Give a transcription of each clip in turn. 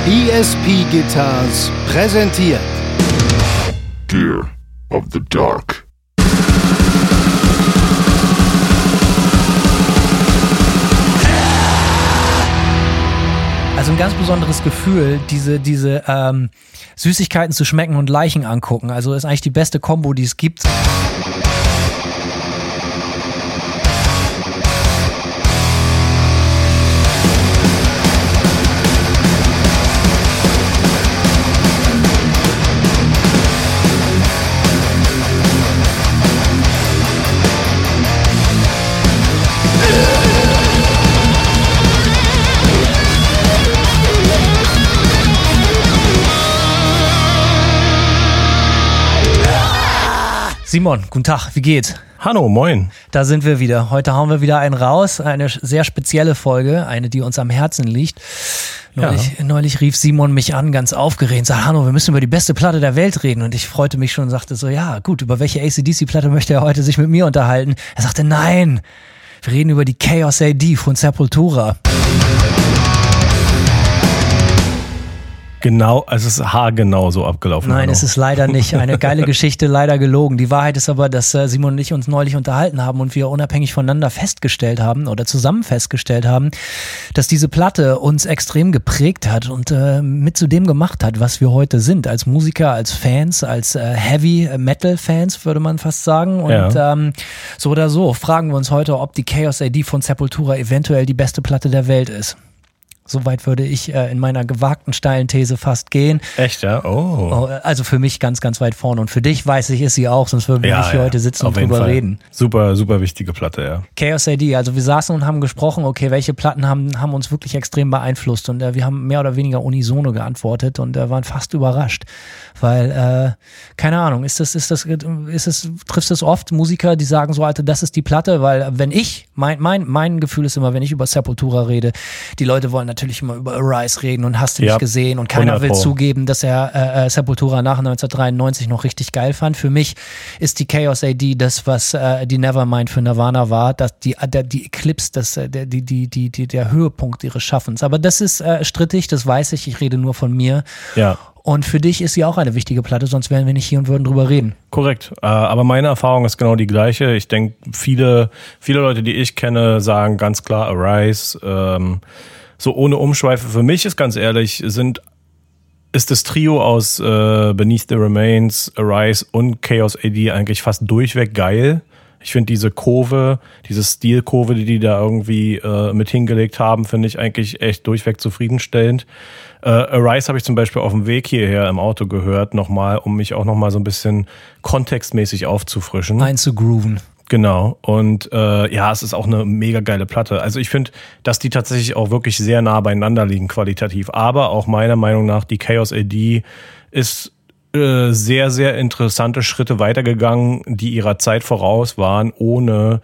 ESP Guitars präsentiert Gear of the Dark. Also ein ganz besonderes Gefühl, diese Süßigkeiten zu schmecken und Leichen angucken. Also ist eigentlich die beste Kombo, die es gibt. Simon, guten Tag, wie geht's? Hallo, moin. Da sind wir wieder. Heute hauen wir wieder einen raus. Eine sehr spezielle Folge, eine, die uns am Herzen liegt. Neulich rief Simon mich an, ganz aufgeregt, und sagte, Hanno, wir müssen über die beste Platte der Welt reden. Und ich freute mich schon und sagte so, ja gut, über welche AC/DC-Platte möchte er heute sich mit mir unterhalten? Er sagte, nein, wir reden über die Chaos AD von Sepultura. Genau, es ist haargenau so abgelaufen. Nein, Hanno. es ist leider nicht. Eine geile Geschichte, leider gelogen. Die Wahrheit ist aber, dass Simon und ich uns neulich unterhalten haben und wir unabhängig voneinander festgestellt haben oder zusammen festgestellt haben, dass diese Platte uns extrem geprägt hat und mit zu dem gemacht hat, was wir heute sind. Als Musiker, als Fans, als Heavy-Metal-Fans, würde man fast sagen. Und so oder so fragen wir uns heute, ob die Chaos AD von Sepultura eventuell die beste Platte der Welt ist. Soweit würde ich in meiner gewagten, steilen These fast gehen. Echt, ja? Oh. Also für mich ganz, ganz weit vorne. Und für dich, weiß ich, ist sie auch, sonst würden wir nicht hier heute sitzen und drüber reden. Super, super wichtige Platte, ja. Chaos AD, also wir saßen und haben gesprochen, okay, welche Platten haben uns wirklich extrem beeinflusst. Und wir haben mehr oder weniger unisono geantwortet und waren fast überrascht. Weil, keine Ahnung, trifft es oft Musiker, die sagen so, Alter, das ist die Platte? Weil wenn ich, mein Gefühl ist immer, wenn ich über Sepultura rede, die Leute wollen natürlich immer über Arise reden und hast du nicht gesehen und keiner will zugeben, dass er Sepultura nach 1993 noch richtig geil fand. Für mich ist die Chaos AD das, was die Nevermind für Nirvana war, dass die Eclipse, der Höhepunkt ihres Schaffens. Aber das ist strittig, das weiß ich rede nur von mir. Ja. Und für dich ist sie auch eine wichtige Platte, sonst wären wir nicht hier und würden drüber reden. Korrekt, aber meine Erfahrung ist genau die gleiche. Ich denke, viele Leute, die ich kenne, sagen ganz klar Arise. So ohne Umschweife, für mich ist ganz ehrlich, ist das Trio aus Beneath the Remains, Arise und Chaos AD eigentlich fast durchweg geil. Ich finde diese Kurve, diese Stilkurve, die da irgendwie mit hingelegt haben, finde ich eigentlich echt durchweg zufriedenstellend. Arise habe ich zum Beispiel auf dem Weg hierher im Auto gehört, nochmal, um mich auch nochmal so ein bisschen kontextmäßig aufzufrischen. Einzugrooven. Genau. Und es ist auch eine mega geile Platte. Also ich finde, dass die tatsächlich auch wirklich sehr nah beieinander liegen qualitativ. Aber auch meiner Meinung nach, die Chaos AD ist sehr, sehr interessante Schritte weitergegangen, die ihrer Zeit voraus waren, ohne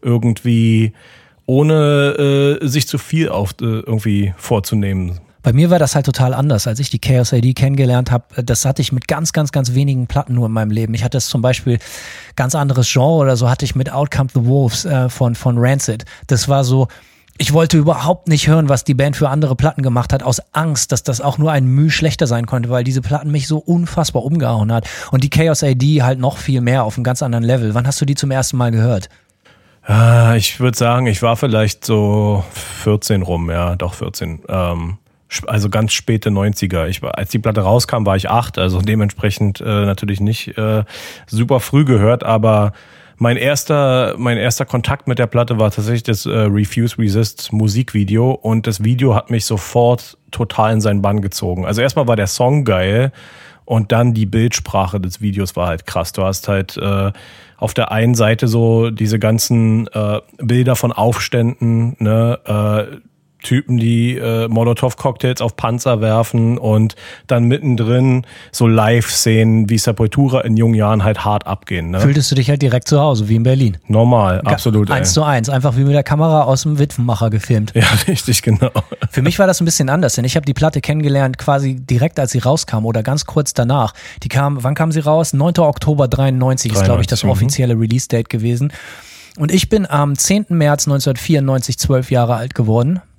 sich zu viel irgendwie vorzunehmen. Bei mir war das halt total anders. Als ich die Chaos AD kennengelernt habe, das hatte ich mit ganz, ganz, ganz wenigen Platten nur in meinem Leben. Ich hatte es zum Beispiel ganz anderes Genre oder so, hatte ich mit Out Come the Wolves von Rancid. Das war so, ich wollte überhaupt nicht hören, was die Band für andere Platten gemacht hat, aus Angst, dass das auch nur ein Mühe schlechter sein konnte, weil diese Platten mich so unfassbar umgehauen hat. Und die Chaos AD halt noch viel mehr auf einem ganz anderen Level. Wann hast du die zum ersten Mal gehört? Ich würde sagen, ich war vielleicht so 14 rum, ja, doch 14. Also ganz späte 90er. Als die Platte rauskam, war ich 8, also dementsprechend natürlich nicht super früh gehört, aber mein erster Kontakt mit der Platte war tatsächlich das Refuse Resist Musikvideo und das Video hat mich sofort total in seinen Bann gezogen. Also erstmal war der Song geil und dann die Bildsprache des Videos war halt krass. Du hast halt auf der einen Seite so diese ganzen Bilder von Aufständen, ne, Typen, die Molotow-Cocktails auf Panzer werfen und dann mittendrin so Live-Szenen wie Sepultura in jungen Jahren halt hart abgehen. Ne? Fühltest du dich halt direkt zu Hause, wie in Berlin? Normal, absolut. 1:1, einfach wie mit der Kamera aus dem Witwenmacher gefilmt. Ja, richtig, genau. Für mich war das ein bisschen anders, denn ich habe die Platte kennengelernt quasi direkt, als sie rauskam oder ganz kurz danach. Wann kam sie raus? 9. Oktober 93 ist, glaube ich, das offizielle Release-Date gewesen. Und ich bin am 10. März 1994 12 Jahre alt geworden.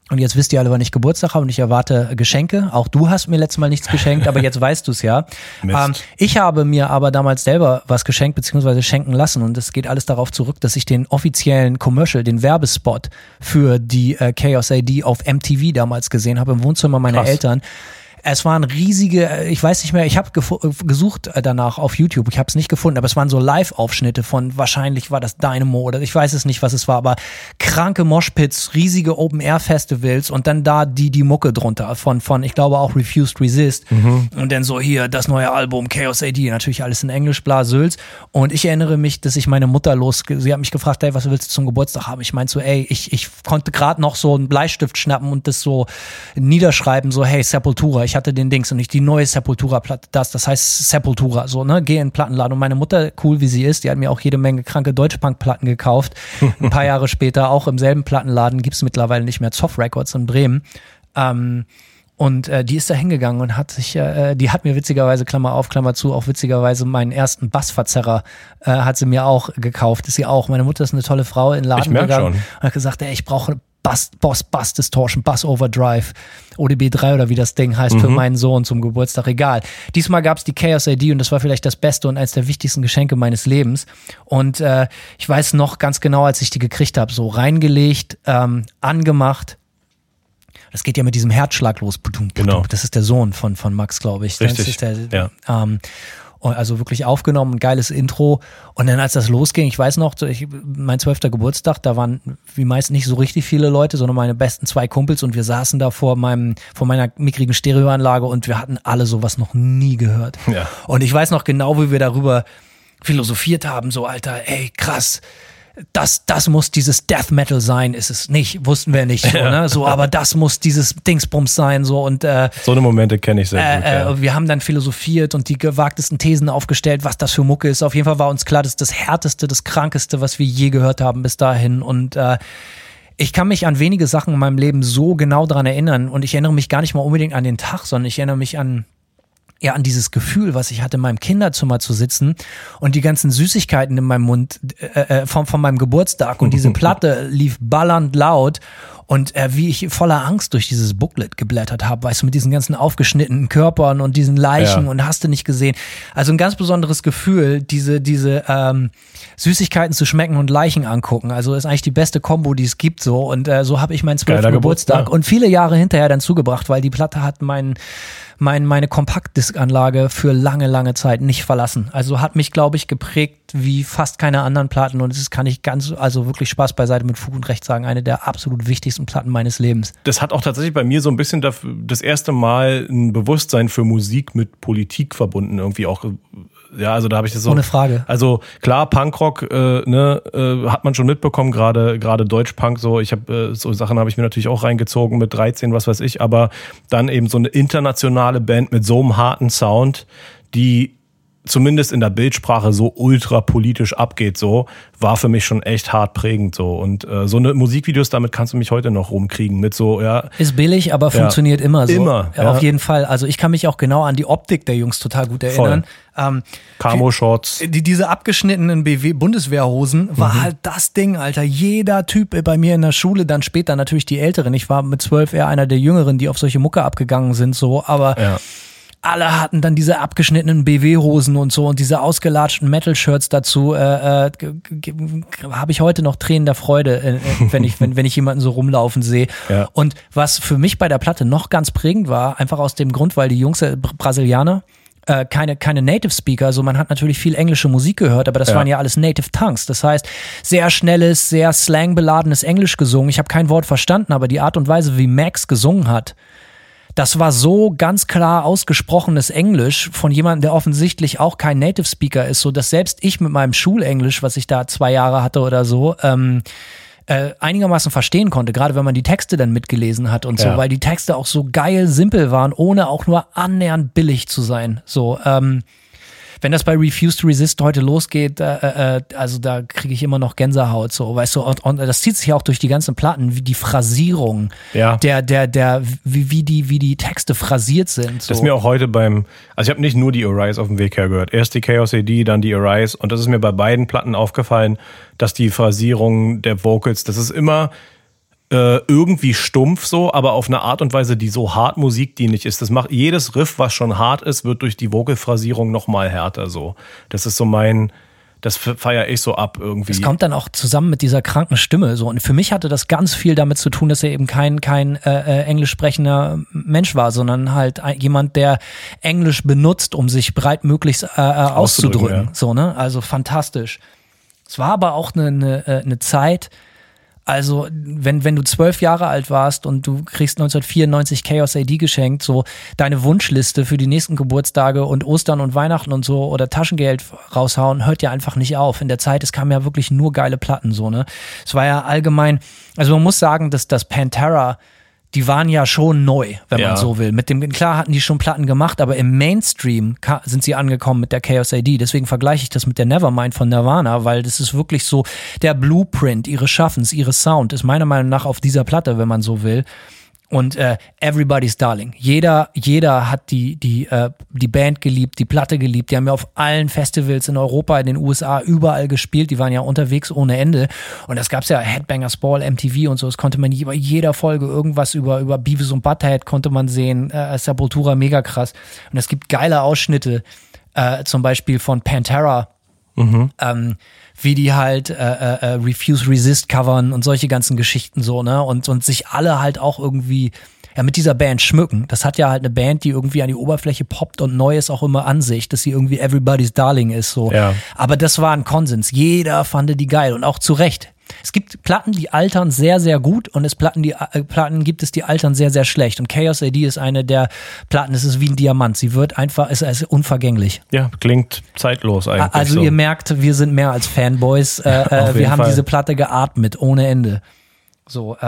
Und jetzt wisst ihr alle, wann ich Geburtstag habe und ich erwarte Geschenke. Auch du hast mir letztes Mal nichts geschenkt, aber jetzt weißt du es ja. Ich habe mir aber damals selber was geschenkt bzw. schenken lassen und es geht alles darauf zurück, dass ich den offiziellen Commercial, den Werbespot für die Chaos AD auf MTV damals gesehen habe im Wohnzimmer meiner Eltern. Es waren riesige, ich weiß nicht mehr, ich habe gesucht danach auf YouTube, ich habe es nicht gefunden, aber es waren so Live-Aufschnitte von, wahrscheinlich war das Dynamo oder ich weiß es nicht, was es war, aber kranke Moshpits, riesige Open-Air-Festivals und dann da die Mucke drunter von ich glaube auch Refused Resist und dann so hier das neue Album Chaos AD, natürlich alles in Englisch, bla, Sülz und ich erinnere mich, dass ich meine Mutter sie hat mich gefragt, ey, was willst du zum Geburtstag haben? Ich meinte so, ey, ich konnte gerade noch so einen Bleistift schnappen und das so niederschreiben, so hey, Sepultura, ich hatte den Dings und nicht die neue Sepultura-Platte, das heißt Sepultura, so, ne, geh in den Plattenladen und meine Mutter, cool wie sie ist, die hat mir auch jede Menge kranke Deutschpunk-Platten gekauft, ein paar Jahre später, auch im selben Plattenladen, gibt's mittlerweile nicht mehr, Zoff Records in Bremen, und die ist da hingegangen und hat sich, die hat mir witzigerweise, Klammer auf, Klammer zu, auch witzigerweise meinen ersten Bassverzerrer hat sie mir auch gekauft, ist sie auch, meine Mutter ist eine tolle Frau, in den Laden gegangen und hat gesagt, ey, ich brauche Bass Distortion, Bass Overdrive, ODB3 oder wie das Ding heißt, für meinen Sohn zum Geburtstag, egal. Diesmal gab's die Chaos AD und das war vielleicht das beste und eines der wichtigsten Geschenke meines Lebens. Und ich weiß noch ganz genau, als ich die gekriegt habe, so reingelegt, angemacht. Das geht ja mit diesem Herzschlag los. Genau. Das ist der Sohn von Max, glaube ich. Richtig, das ist der, ja. Also wirklich aufgenommen, ein geiles Intro. Und dann als das losging, ich weiß noch, mein 12. Geburtstag, da waren wie meist nicht so richtig viele Leute, sondern meine besten 2 Kumpels und wir saßen da vor meiner mickrigen Stereoanlage und wir hatten alle sowas noch nie gehört. Ja. Und ich weiß noch genau, wie wir darüber philosophiert haben, so Alter, ey krass, das muss dieses Death Metal sein, ist es nicht, wussten wir nicht, so, ne? So, aber das muss dieses Dingsbums sein, so und so eine Momente kenne ich sehr gut. Ja. Wir haben dann philosophiert und die gewagtesten Thesen aufgestellt, was das für Mucke ist. Auf jeden Fall war uns klar, das ist das härteste, das krankeste, was wir je gehört haben bis dahin und ich kann mich an wenige Sachen in meinem Leben so genau dran erinnern und ich erinnere mich gar nicht mal unbedingt an den Tag, sondern ich erinnere mich an dieses Gefühl, was ich hatte, in meinem Kinderzimmer zu sitzen und die ganzen Süßigkeiten in meinem Mund von meinem Geburtstag und diese Platte lief ballernd laut und wie ich voller Angst durch dieses Booklet geblättert habe, weißt du, mit diesen ganzen aufgeschnittenen Körpern und diesen Leichen und hast du nicht gesehen. Also ein ganz besonderes Gefühl, diese Süßigkeiten zu schmecken und Leichen angucken. Also ist eigentlich die beste Kombo, die es gibt so und so habe ich meinen 12. Geburtstag und viele Jahre hinterher dann zugebracht, weil die Platte hat meine Kompaktdiskanlage für lange, lange Zeit nicht verlassen. Also hat mich, glaube ich, geprägt wie fast keine anderen Platten und es kann ich also wirklich Spaß beiseite mit Fug und Recht sagen, eine der absolut wichtigsten Platten meines Lebens. Das hat auch tatsächlich bei mir so ein bisschen das erste Mal ein Bewusstsein für Musik mit Politik verbunden, irgendwie auch. Ja, also da habe ich das so. Ohne Frage. Also klar, Punkrock hat man schon mitbekommen, gerade Deutschpunk so. Ich habe so Sachen habe ich mir natürlich auch reingezogen mit 13, was weiß ich. Aber dann eben so eine internationale Band mit so einem harten Sound, die zumindest in der Bildsprache so ultra politisch abgeht, so, war für mich schon echt hart prägend, so. Und so eine Musikvideos, damit kannst du mich heute noch rumkriegen, mit so, ja. Ist billig, aber funktioniert immer so. Immer. Ja. Auf jeden Fall. Also ich kann mich auch genau an die Optik der Jungs total gut erinnern. Camo-Shorts. Diese abgeschnittenen Bundeswehrhosen war halt das Ding, Alter. Jeder Typ bei mir in der Schule, dann später natürlich die Älteren. Ich war mit 12 eher einer der Jüngeren, die auf solche Mucke abgegangen sind, so, aber alle hatten dann diese abgeschnittenen BW-Hosen und so und diese ausgelatschten Metal-Shirts dazu. Habe ich heute noch Tränen der Freude, wenn ich jemanden so rumlaufen sehe. Ja. Und was für mich bei der Platte noch ganz prägend war, einfach aus dem Grund, weil die Jungs Brasilianer, keine Native Speaker, also man hat natürlich viel englische Musik gehört, aber das waren ja alles Native Tongues. Das heißt, sehr schnelles, sehr slangbeladenes Englisch gesungen. Ich habe kein Wort verstanden, aber die Art und Weise, wie Max gesungen hat, das war so ganz klar ausgesprochenes Englisch von jemandem, der offensichtlich auch kein Native Speaker ist, so dass selbst ich mit meinem Schulenglisch, was ich da 2 Jahre hatte oder so, einigermaßen verstehen konnte, gerade wenn man die Texte dann mitgelesen hat und so, weil die Texte auch so geil simpel waren, ohne auch nur annähernd billig zu sein. So, wenn das bei Refused Resist heute losgeht, also da kriege ich immer noch Gänsehaut, so, weißt du, und das zieht sich auch durch die ganzen Platten, wie die Phrasierung, wie die Texte phrasiert sind. So. Das ist mir auch heute also ich habe nicht nur die Arise auf dem Weg her gehört, erst die Chaos AD, dann die Arise und das ist mir bei beiden Platten aufgefallen, dass die Phrasierung der Vocals, das ist immer irgendwie stumpf so, aber auf eine Art und Weise, die so hart musikdienlich ist. Das macht jedes Riff, was schon hart ist, wird durch die Vocalphrasierung nochmal härter so. Das ist so das feiere ich so ab irgendwie. Es kommt dann auch zusammen mit dieser kranken Stimme so. Und für mich hatte das ganz viel damit zu tun, dass er eben kein englisch sprechender Mensch war, sondern halt jemand, der Englisch benutzt, um sich breitmöglichst auszudrücken. Ja. So, ne? Also fantastisch. Es war aber auch eine Zeit. Also, wenn du 12 Jahre alt warst und du kriegst 1994 Chaos AD geschenkt, so deine Wunschliste für die nächsten Geburtstage und Ostern und Weihnachten und so oder Taschengeld raushauen, hört ja einfach nicht auf. In der Zeit, es kamen ja wirklich nur geile Platten, so, ne? Es war ja allgemein, also man muss sagen, dass das Pantera, die waren ja schon neu, wenn man so will. Klar hatten die schon Platten gemacht, aber im Mainstream sind sie angekommen mit der Chaos AD. Deswegen vergleiche ich das mit der Nevermind von Nirvana, weil das ist wirklich so der Blueprint ihres Schaffens, ihres Sound ist meiner Meinung nach auf dieser Platte, wenn man so will. Und Everybody's Darling. Jeder hat die Band geliebt, die Platte geliebt. Die haben ja auf allen Festivals in Europa, in den USA überall gespielt. Die waren ja unterwegs ohne Ende. Und das gab's ja Headbangers Ball, MTV und so. Das konnte man bei jeder Folge irgendwas über Beavis und Butthead konnte man sehen. Sepultura, mega krass. Und es gibt geile Ausschnitte, zum Beispiel von Pantera. Wie die halt Refuse Resist covern und solche ganzen Geschichten so, ne? Und sich alle halt auch irgendwie mit dieser Band schmücken. Das hat ja halt eine Band, die irgendwie an die Oberfläche poppt und neu ist auch immer an sich, dass sie irgendwie Everybody's Darling ist, so. Ja. Aber das war ein Konsens. Jeder fand die geil und auch zu Recht. Es gibt Platten, die altern sehr, sehr gut und Platten gibt es, die altern sehr, sehr schlecht. Und Chaos AD ist eine der Platten, es ist wie ein Diamant. Sie wird einfach, es ist unvergänglich. Ja, klingt zeitlos eigentlich. Also so. Ihr merkt, wir sind mehr als Fanboys. Wir haben diese Platte geatmet, ohne Ende. So,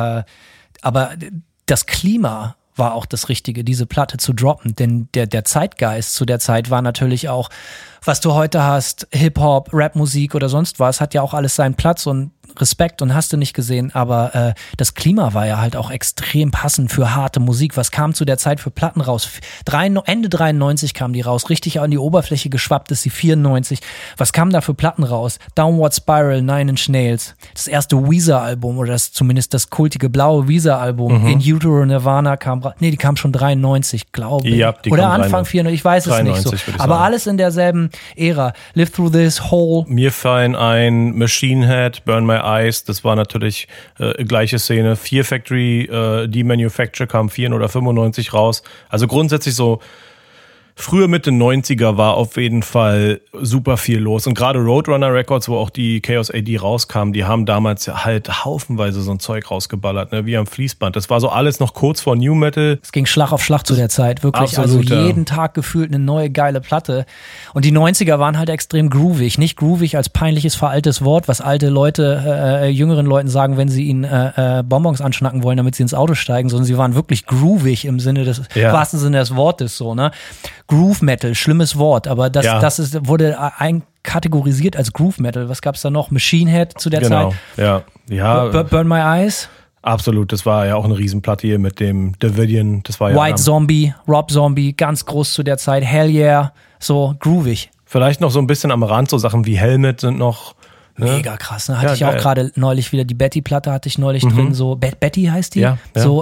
aber das Klima war auch das Richtige, diese Platte zu droppen. Denn der Zeitgeist zu der Zeit war natürlich auch, was du heute hast, Hip-Hop, Rap-Musik oder sonst was, hat ja auch alles seinen Platz und Respekt und hast du nicht gesehen, aber das Klima war ja halt auch extrem passend für harte Musik. Was kam zu der Zeit für Platten raus? Ende 93 kamen die raus, richtig an die Oberfläche geschwappt ist die 94. Was kam da für Platten raus? Downward Spiral, Nine Inch Nails, das erste Weezer-Album oder zumindest das kultige blaue Weezer-Album. In Utero Nirvana die kam schon 93, glaube ich. Ja, die oder kam Anfang 94, ich weiß es nicht so. Aber sagen. Alles in derselben Ära. Live Through This, Hole. Mir fallen ein Machine Head, Burn My Eyes, das war natürlich gleiche Szene. Fear Factory, Demanufacture kam 94 oder 95 raus. Also grundsätzlich so frühe Mitte 90er war auf jeden Fall super viel los. Und gerade Roadrunner Records, wo auch die Chaos AD rauskam, die haben damals halt haufenweise so ein Zeug rausgeballert, ne, wie am Fließband. Das war so alles noch kurz vor New Metal. Es ging Schlag auf Schlag zu der Zeit, wirklich. Absolut, also jeden Tag gefühlt eine neue geile Platte. Und die 90er waren halt extrem groovig. Nicht groovig als peinliches, veraltetes Wort, was alte Leute, jüngeren Leuten sagen, wenn sie ihnen Bonbons anschnacken wollen, damit sie ins Auto steigen, sondern sie waren wirklich groovig im Sinne des, wahrsten Sinne des Wortes, so, ne? Groove Metal, schlimmes Wort, aber wurde einkategorisiert als Groove Metal. Was gab's da noch? Machine Head zu der Zeit? Ja. Burn My Eyes? Absolut, das war ja auch eine Riesenplatte hier mit dem Davidian. Das war ja White Zombie, Rob Zombie, ganz groß zu der Zeit. Hell Yeah, so groovig. Vielleicht noch so ein bisschen am Rand, so Sachen wie Helmet sind noch. Ne? Mega krass, ne? Hatte ich auch gerade neulich wieder, die Betty-Platte hatte ich neulich drin, so, Betty heißt die? Ja. So,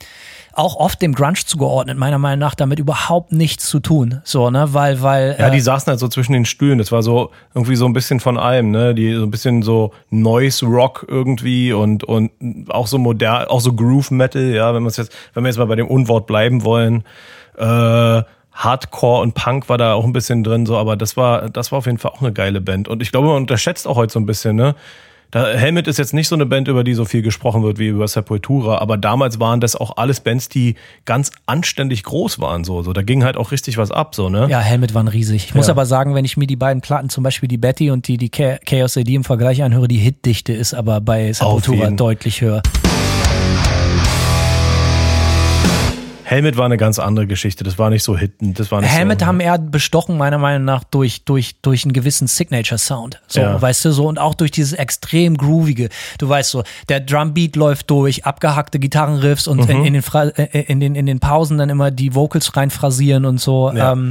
auch oft dem Grunge zugeordnet, meiner Meinung nach, damit überhaupt nichts zu tun, so, ne, weil die saßen halt so zwischen den Stühlen, das war so irgendwie so ein bisschen von allem, ne, die so ein bisschen so Noise Rock irgendwie und auch so modern, auch so Groove Metal, ja, wenn wir jetzt mal bei dem Unwort bleiben wollen, Hardcore und Punk war da auch ein bisschen drin, so, aber das war auf jeden Fall auch eine geile Band. Und ich glaube, man unterschätzt auch heute so ein bisschen, ne? Helmet ist jetzt nicht so eine Band, über die so viel gesprochen wird wie über Sepultura, aber damals waren das auch alles Bands, die ganz anständig groß waren, so. Da ging halt auch richtig was ab, so, ne? Ja, Helmet waren riesig. Ich muss aber sagen, wenn ich mir die beiden Platten, zum Beispiel die Betty und die Chaos AD im Vergleich anhöre, die Hitdichte ist aber bei Sepultura deutlich höher. Helmet war eine ganz andere Geschichte, das war nicht so hittend. Helmet haben eher bestochen, meiner Meinung nach, durch einen gewissen Signature-Sound. So, weißt du, so, und auch durch dieses extrem groovige. Du weißt so, der Drumbeat läuft durch, abgehackte Gitarrenriffs und in den Pausen dann immer die Vocals reinphrasieren und so. Ja.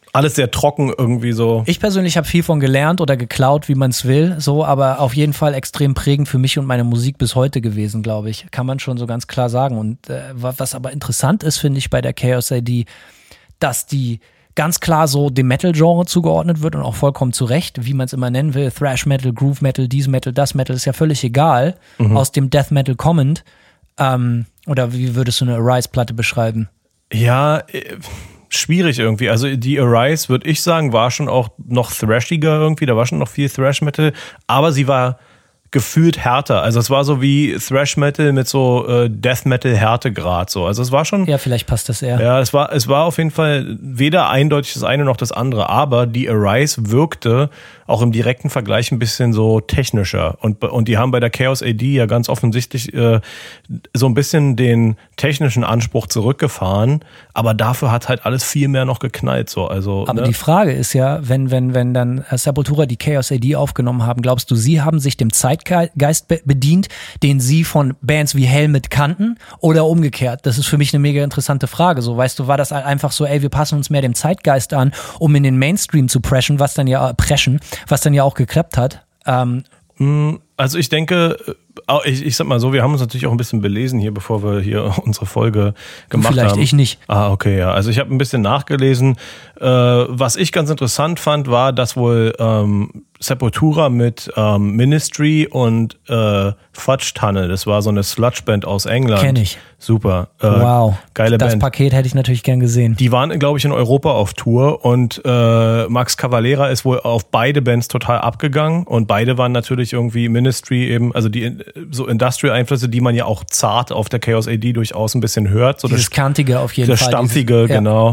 alles sehr trocken irgendwie so. Ich persönlich habe viel von gelernt oder geklaut, wie man es will, so, aber auf jeden Fall extrem prägend für mich und meine Musik bis heute gewesen, glaube ich. Kann man schon so ganz klar sagen. Und was aber interessant ist, finde ich, bei der Chaos AD, dass die ganz klar so dem Metal-Genre zugeordnet wird und auch vollkommen zu Recht, wie man es immer nennen will. Thrash Metal, Groove Metal, dies Metal, das Metal, ist ja völlig egal. Aus dem Death Metal kommend. Oder wie würdest du eine Arise-Platte beschreiben? Ja, schwierig irgendwie. Also die Arise, würde ich sagen, war schon auch noch thrashiger irgendwie. Da war schon noch viel Thrash-Metal. Aber sie war gefühlt härter. Also es war so wie Thrash-Metal mit so Death-Metal-Härtegrad. So. Also es war schon... Ja, vielleicht passt das eher. Ja, es war auf jeden Fall weder eindeutig das eine noch das andere. Aber die Arise wirkte auch im direkten Vergleich ein bisschen so technischer. Und die haben bei der Chaos AD ja ganz offensichtlich so ein bisschen den technischen Anspruch zurückgefahren. Aber dafür hat halt alles viel mehr noch geknallt. So. Also, aber die Frage ist ja, wenn dann Sepultura die Chaos AD aufgenommen haben, glaubst du, sie haben sich dem Zeitgeist bedient, den sie von Bands wie Helmet kannten, oder umgekehrt? Das ist für mich eine mega interessante Frage. So, weißt du, war das einfach so, wir passen uns mehr dem Zeitgeist an, um in den Mainstream zu preschen, was dann ja auch geklappt hat? Also ich denke, ich sag mal so, wir haben uns natürlich auch ein bisschen belesen hier, bevor wir hier unsere Folge gemacht Vielleicht haben. Vielleicht ich nicht. Okay, ja. Also ich habe ein bisschen nachgelesen. Was ich ganz interessant fand, war, dass wohl Sepultura mit Ministry und Fudge Tunnel, das war so eine Sludge-Band aus England. Kenn ich. Super. Wow. Geile Band. Das Paket hätte ich natürlich gern gesehen. Die waren, glaube ich, in Europa auf Tour und Max Cavalera ist wohl auf beide Bands total abgegangen und beide waren natürlich irgendwie Ministry eben, also die so Industrial-Einflüsse, die man ja auch zart auf der Chaos AD durchaus ein bisschen hört. So das Kantige auf jeden Fall. Das Stampfige, genau.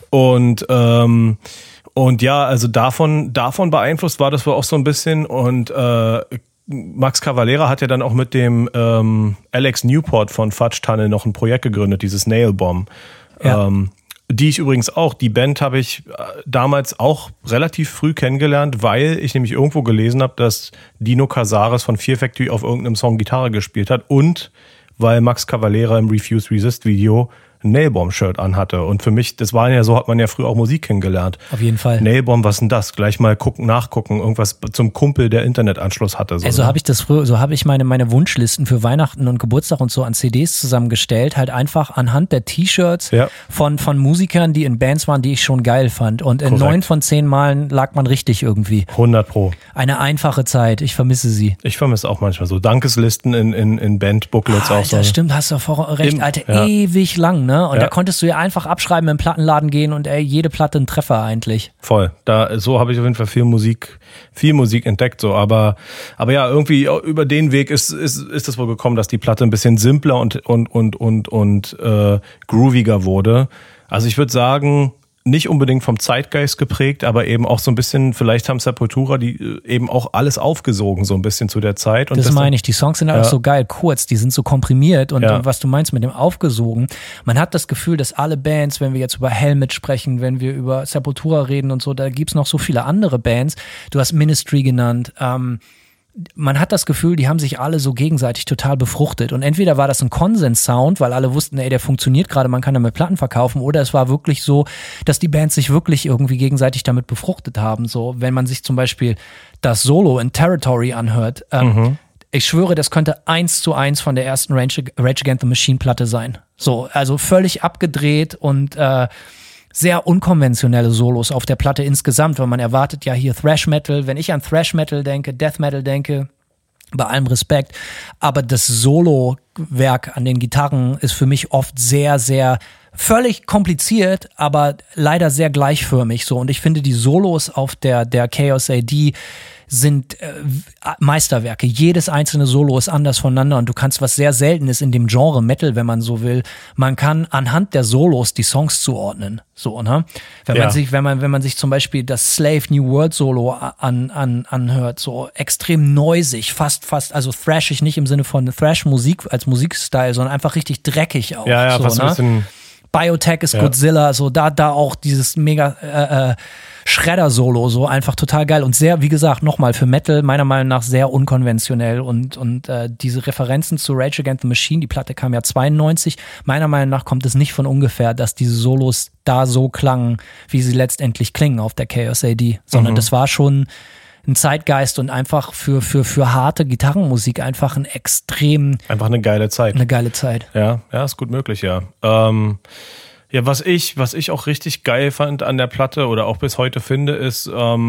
Und ja, also davon beeinflusst war das wohl auch so ein bisschen und Max Cavalera hat ja dann auch mit dem Alex Newport von Fudge Tunnel noch ein Projekt gegründet, dieses Nail Bomb. Ja. Die ich übrigens auch, die Band habe ich damals auch relativ früh kennengelernt, weil ich nämlich irgendwo gelesen habe, dass Dino Casares von Fear Factory auf irgendeinem Song Gitarre gespielt hat und weil Max Cavalera im Refuse Resist Video ein Nailbomb-Shirt anhatte. Und für mich, das war ja so, hat man ja früher auch Musik kennengelernt. Auf jeden Fall. Nailbomb, was denn das? Gleich mal nachgucken, irgendwas zum Kumpel, der Internetanschluss hatte. So, also habe ich das früher, so habe ich meine Wunschlisten für Weihnachten und Geburtstag und so an CDs zusammengestellt, halt einfach anhand der T-Shirts von Musikern, die in Bands waren, die ich schon geil fand. Und in 9 von 10 Malen lag man richtig irgendwie. 100%. Eine einfache Zeit, ich vermisse sie. Ich vermisse auch manchmal so Dankeslisten in Band-Booklets auch so. Das stimmt, hast du recht, Alter, ewig lang, ne? Und da konntest du ja einfach abschreiben, im Plattenladen gehen und jede Platte ein Treffer eigentlich. Voll. So habe ich auf jeden Fall viel Musik entdeckt, so. Aber ja, irgendwie über den Weg ist es wohl gekommen, dass die Platte ein bisschen simpler und grooviger wurde. Also ich würde sagen, nicht unbedingt vom Zeitgeist geprägt, aber eben auch so ein bisschen, vielleicht haben Sepultura die eben auch alles aufgesogen, so ein bisschen zu der Zeit. Und das meine ich, die Songs sind auch so geil kurz, die sind so komprimiert und was du meinst mit dem aufgesogen, man hat das Gefühl, dass alle Bands, wenn wir jetzt über Helmet sprechen, wenn wir über Sepultura reden und so, da gibt's noch so viele andere Bands, du hast Ministry genannt, man hat das Gefühl, die haben sich alle so gegenseitig total befruchtet. Und entweder war das ein Konsens-Sound, weil alle wussten, der funktioniert gerade, man kann damit Platten verkaufen, oder es war wirklich so, dass die Bands sich wirklich irgendwie gegenseitig damit befruchtet haben. So, wenn man sich zum Beispiel das Solo in Territory anhört, ich schwöre, das könnte 1:1 von der ersten Rage Against the Machine Platte sein. So, also völlig abgedreht und sehr unkonventionelle Solos auf der Platte insgesamt, weil man erwartet ja hier Thrash Metal. Wenn ich an Thrash Metal denke, Death Metal denke, bei allem Respekt, aber das Solo-Werk an den Gitarren ist für mich oft sehr, sehr völlig kompliziert, aber leider sehr gleichförmig so. Und ich finde, die Solos auf der Chaos AD sind Meisterwerke. Jedes einzelne Solo ist anders voneinander und du kannst, was sehr selten ist in dem Genre Metal, wenn man so will, man kann anhand der Solos die Songs zuordnen. So, ne? Wenn man sich zum Beispiel das Slave New World Solo anhört, so extrem noisig, fast, also thrashig, nicht im Sinne von Thrash-Musik als Musikstyle, sondern einfach richtig dreckig auch. Ja, so, fast ne? ein bisschen Biotech ist Godzilla, so da auch dieses mega Schredder-Solo, so einfach total geil und sehr, wie gesagt, nochmal für Metal meiner Meinung nach sehr unkonventionell und diese Referenzen zu Rage Against the Machine, die Platte kam ja 92, meiner Meinung nach kommt es nicht von ungefähr, dass diese Solos da so klangen, wie sie letztendlich klingen auf der Chaos AD, sondern das war schon ein Zeitgeist und einfach für harte Gitarrenmusik einfach einfach eine geile Zeit. Eine geile Zeit. Ja, ist gut möglich, ja. Ja, was ich auch richtig geil fand an der Platte oder auch bis heute finde, ist,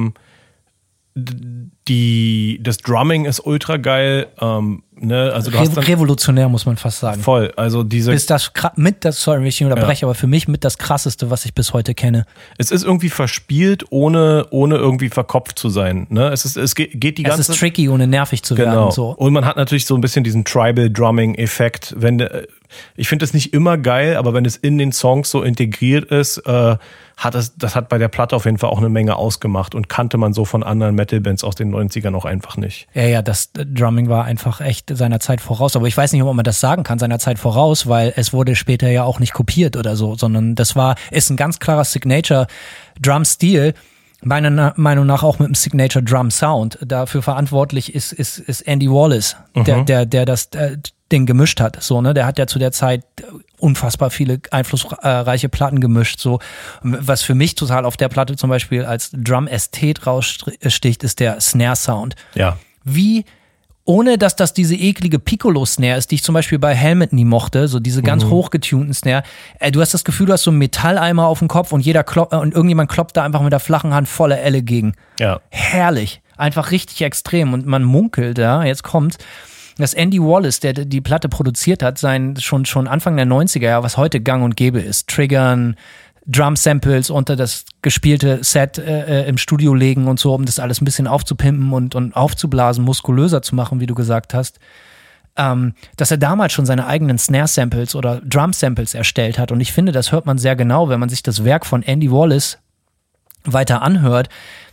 das Drumming ist ultra geil. Ne? Also du hast dann, revolutionär, muss man fast sagen. Voll. Also diese. Sorry, wenn ich ihn unterbreche, aber für mich mit das Krasseste, was ich bis heute kenne. Es ist irgendwie verspielt, ohne irgendwie verkopft zu sein. Ne? Es geht die ganze. Es ist tricky, ohne nervig zu werden. Genau. So. Und man hat natürlich so ein bisschen diesen Tribal-Drumming-Effekt. Ich finde das nicht immer geil, aber wenn es in den Songs so integriert ist, das hat bei der Platte auf jeden Fall auch eine Menge ausgemacht und kannte man so von anderen Metal-Bands aus den 90ern auch einfach nicht. Ja, das Drumming war einfach echt seiner Zeit voraus. Aber ich weiß nicht, ob man das sagen kann, seiner Zeit voraus, weil es wurde später ja auch nicht kopiert oder so, sondern ist ein ganz klarer Signature-Drum-Stil. Meiner Meinung nach auch mit einem Signature Drum Sound. Dafür verantwortlich ist Andy Wallace, der das Ding gemischt hat. So, ne? Der hat ja zu der Zeit unfassbar viele einflussreiche Platten gemischt. So, was für mich total auf der Platte zum Beispiel als Drum-Ästhet raussticht, ist der Snare Sound. Ja. Ohne dass das diese eklige Piccolo-Snare ist, die ich zum Beispiel bei Helmet nie mochte, so diese ganz hochgetunten Snare. Du hast das Gefühl, du hast so einen Metalleimer auf dem Kopf und und irgendjemand kloppt da einfach mit der flachen Hand volle Elle gegen. Ja. Herrlich. Einfach richtig extrem. Und man munkelt, jetzt kommt's, dass Andy Wallace, der die Platte produziert hat, schon Anfang der 90er, was heute gang und gäbe ist, Triggern, Drum-Samples unter das gespielte Set im Studio legen und so, um das alles ein bisschen aufzupimpen und aufzublasen, muskulöser zu machen, wie du gesagt hast, dass er damals schon seine eigenen Snare-Samples oder Drum-Samples erstellt hat. Und ich finde, das hört man sehr genau, wenn man sich das Werk von Andy Wallace weiter anhört.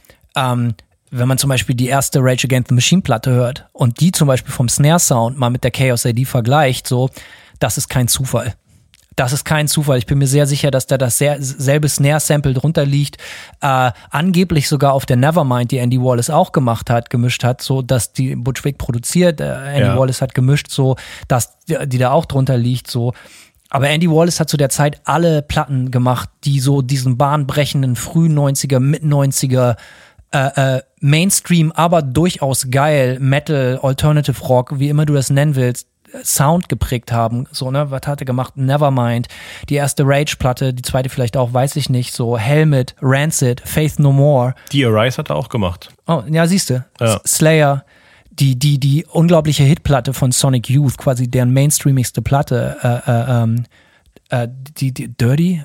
Wenn man zum Beispiel die erste Rage Against the Machine Platte hört und die zum Beispiel vom Snare-Sound mal mit der Chaos AD vergleicht, so, das ist kein Zufall. Das ist kein Zufall. Ich bin mir sehr sicher, dass da das selbe Snare-Sample drunter liegt. Angeblich sogar auf der Nevermind, die Andy Wallace auch gemischt hat, so dass die Butch Vig produziert. Andy Wallace hat gemischt, so dass die da auch drunter liegt, so. Aber Andy Wallace hat zu der Zeit alle Platten gemacht, die so diesen bahnbrechenden frühen 90er, Mit 90er Mainstream, aber durchaus geil Metal, Alternative Rock, wie immer du das nennen willst, Sound geprägt haben, so, ne, was hat er gemacht? Nevermind, die erste Rage-Platte, die zweite vielleicht auch, weiß ich nicht, so Helmet, Rancid, Faith No More. Die Arise hat er auch gemacht. Oh, ja, siehste, ja. Slayer, die unglaubliche Hitplatte von Sonic Youth, quasi deren mainstreamigste Platte, die Dirty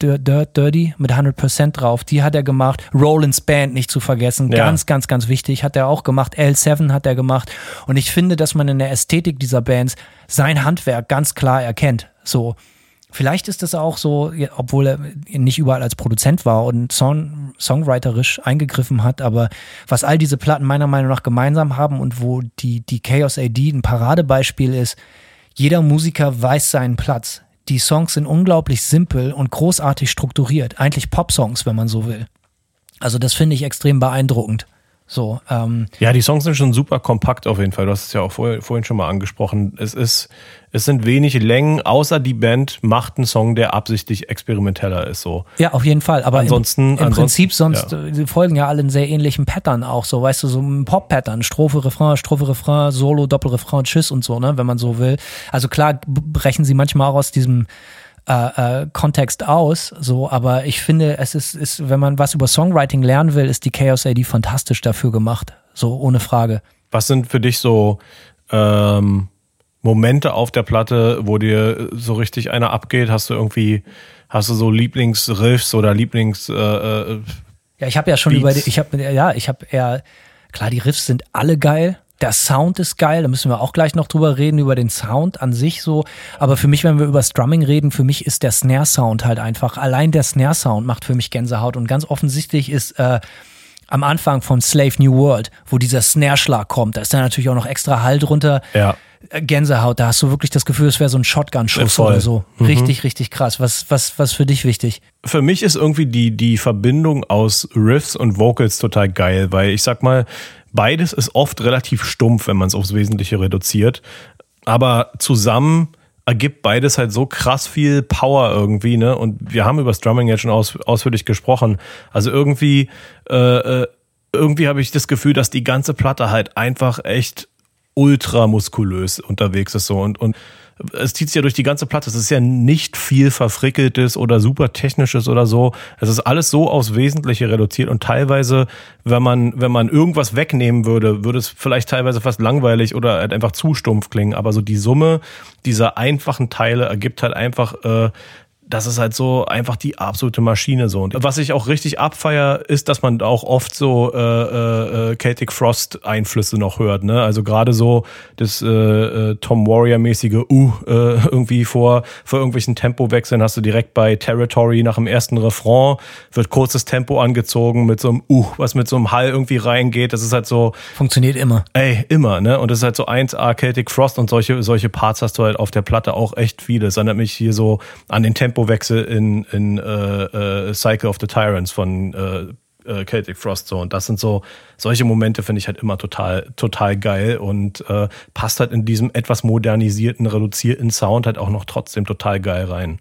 mit 100% drauf, die hat er gemacht. Roland's Band nicht zu vergessen, ganz, ganz, ganz wichtig, hat er auch gemacht. L7 hat er gemacht. Und ich finde, dass man in der Ästhetik dieser Bands sein Handwerk ganz klar erkennt. So, vielleicht ist es auch so, obwohl er nicht überall als Produzent war und songwriterisch eingegriffen hat, aber was all diese Platten meiner Meinung nach gemeinsam haben und wo die Chaos AD ein Paradebeispiel ist, jeder Musiker weiß seinen Platz. Die Songs sind unglaublich simpel und großartig strukturiert. Eigentlich Pop-Songs, wenn man so will. Also das finde ich extrem beeindruckend. So, ja, die Songs sind schon super kompakt auf jeden Fall. Du hast es ja auch vorhin schon mal angesprochen. Es sind wenig Längen, außer die Band macht einen Song, der absichtlich experimenteller ist. So. Ja, auf jeden Fall. Aber im Prinzip sonst, die folgen ja alle einen sehr ähnlichen Pattern auch. So, weißt du, so ein Pop-Pattern. Strophe, Refrain, Solo, Doppelrefrain, Tschüss und so, ne, wenn man so will. Also klar brechen sie manchmal auch aus diesem Kontext aus, so, aber ich finde, es ist, wenn man was über Songwriting lernen will, ist die Chaos AD fantastisch dafür gemacht, so ohne Frage. Was sind für dich so Momente auf der Platte, wo dir so richtig einer abgeht? Hast du so Lieblingsriffs oder ja, ich habe ja schon Beats? Klar, die Riffs sind alle geil. Der Sound ist geil, da müssen wir auch gleich noch drüber reden, über den Sound an sich so. Aber für mich, wenn wir über Strumming reden, für mich ist der Snare-Sound halt einfach, allein der Snare-Sound macht für mich Gänsehaut. Und ganz offensichtlich ist am Anfang von Slave New World, wo dieser Snare-Schlag kommt, da ist dann natürlich auch noch extra Hall drunter. Ja. Gänsehaut, da hast du wirklich das Gefühl, es wäre so ein Shotgun-Schuss Voll. oder so. Richtig, richtig krass. Was für dich wichtig? Für mich ist irgendwie die Verbindung aus Riffs und Vocals total geil, weil ich sag mal, beides ist oft relativ stumpf, wenn man es aufs Wesentliche reduziert. Aber zusammen ergibt beides halt so krass viel Power irgendwie, ne? Und wir haben über das Drumming jetzt schon ausführlich gesprochen. Also irgendwie habe ich das Gefühl, dass die ganze Platte halt einfach echt ultra muskulös unterwegs ist so und es zieht sich ja durch die ganze Platte. Es ist ja nicht viel Verfrickeltes oder super Technisches oder so. Es ist alles so aufs Wesentliche reduziert und teilweise, wenn man irgendwas wegnehmen würde es vielleicht teilweise fast langweilig oder halt einfach zu stumpf klingen. Aber so die Summe dieser einfachen Teile ergibt halt einfach, das ist halt so einfach die absolute Maschine so. Und was ich auch richtig abfeier, ist, dass man auch oft so Celtic Frost Einflüsse noch hört, ne? Also gerade so das Tom Warrior-mäßige irgendwie vor irgendwelchen Tempowechseln hast du direkt bei Territory nach dem ersten Refrain wird kurzes Tempo angezogen mit so einem was mit so einem Hall irgendwie reingeht. Das ist halt so. Funktioniert immer. Immer, ne? Und das ist halt so 1A Celtic Frost und solche Parts hast du halt auf der Platte auch echt viele. Das erinnert mich hier so an den Tempowechsel in Cycle of the Tyrants von Celtic Frost so. Und das sind so solche Momente, finde ich halt immer total geil und passt halt in diesem etwas modernisierten, reduzierten Sound halt auch noch trotzdem total geil rein.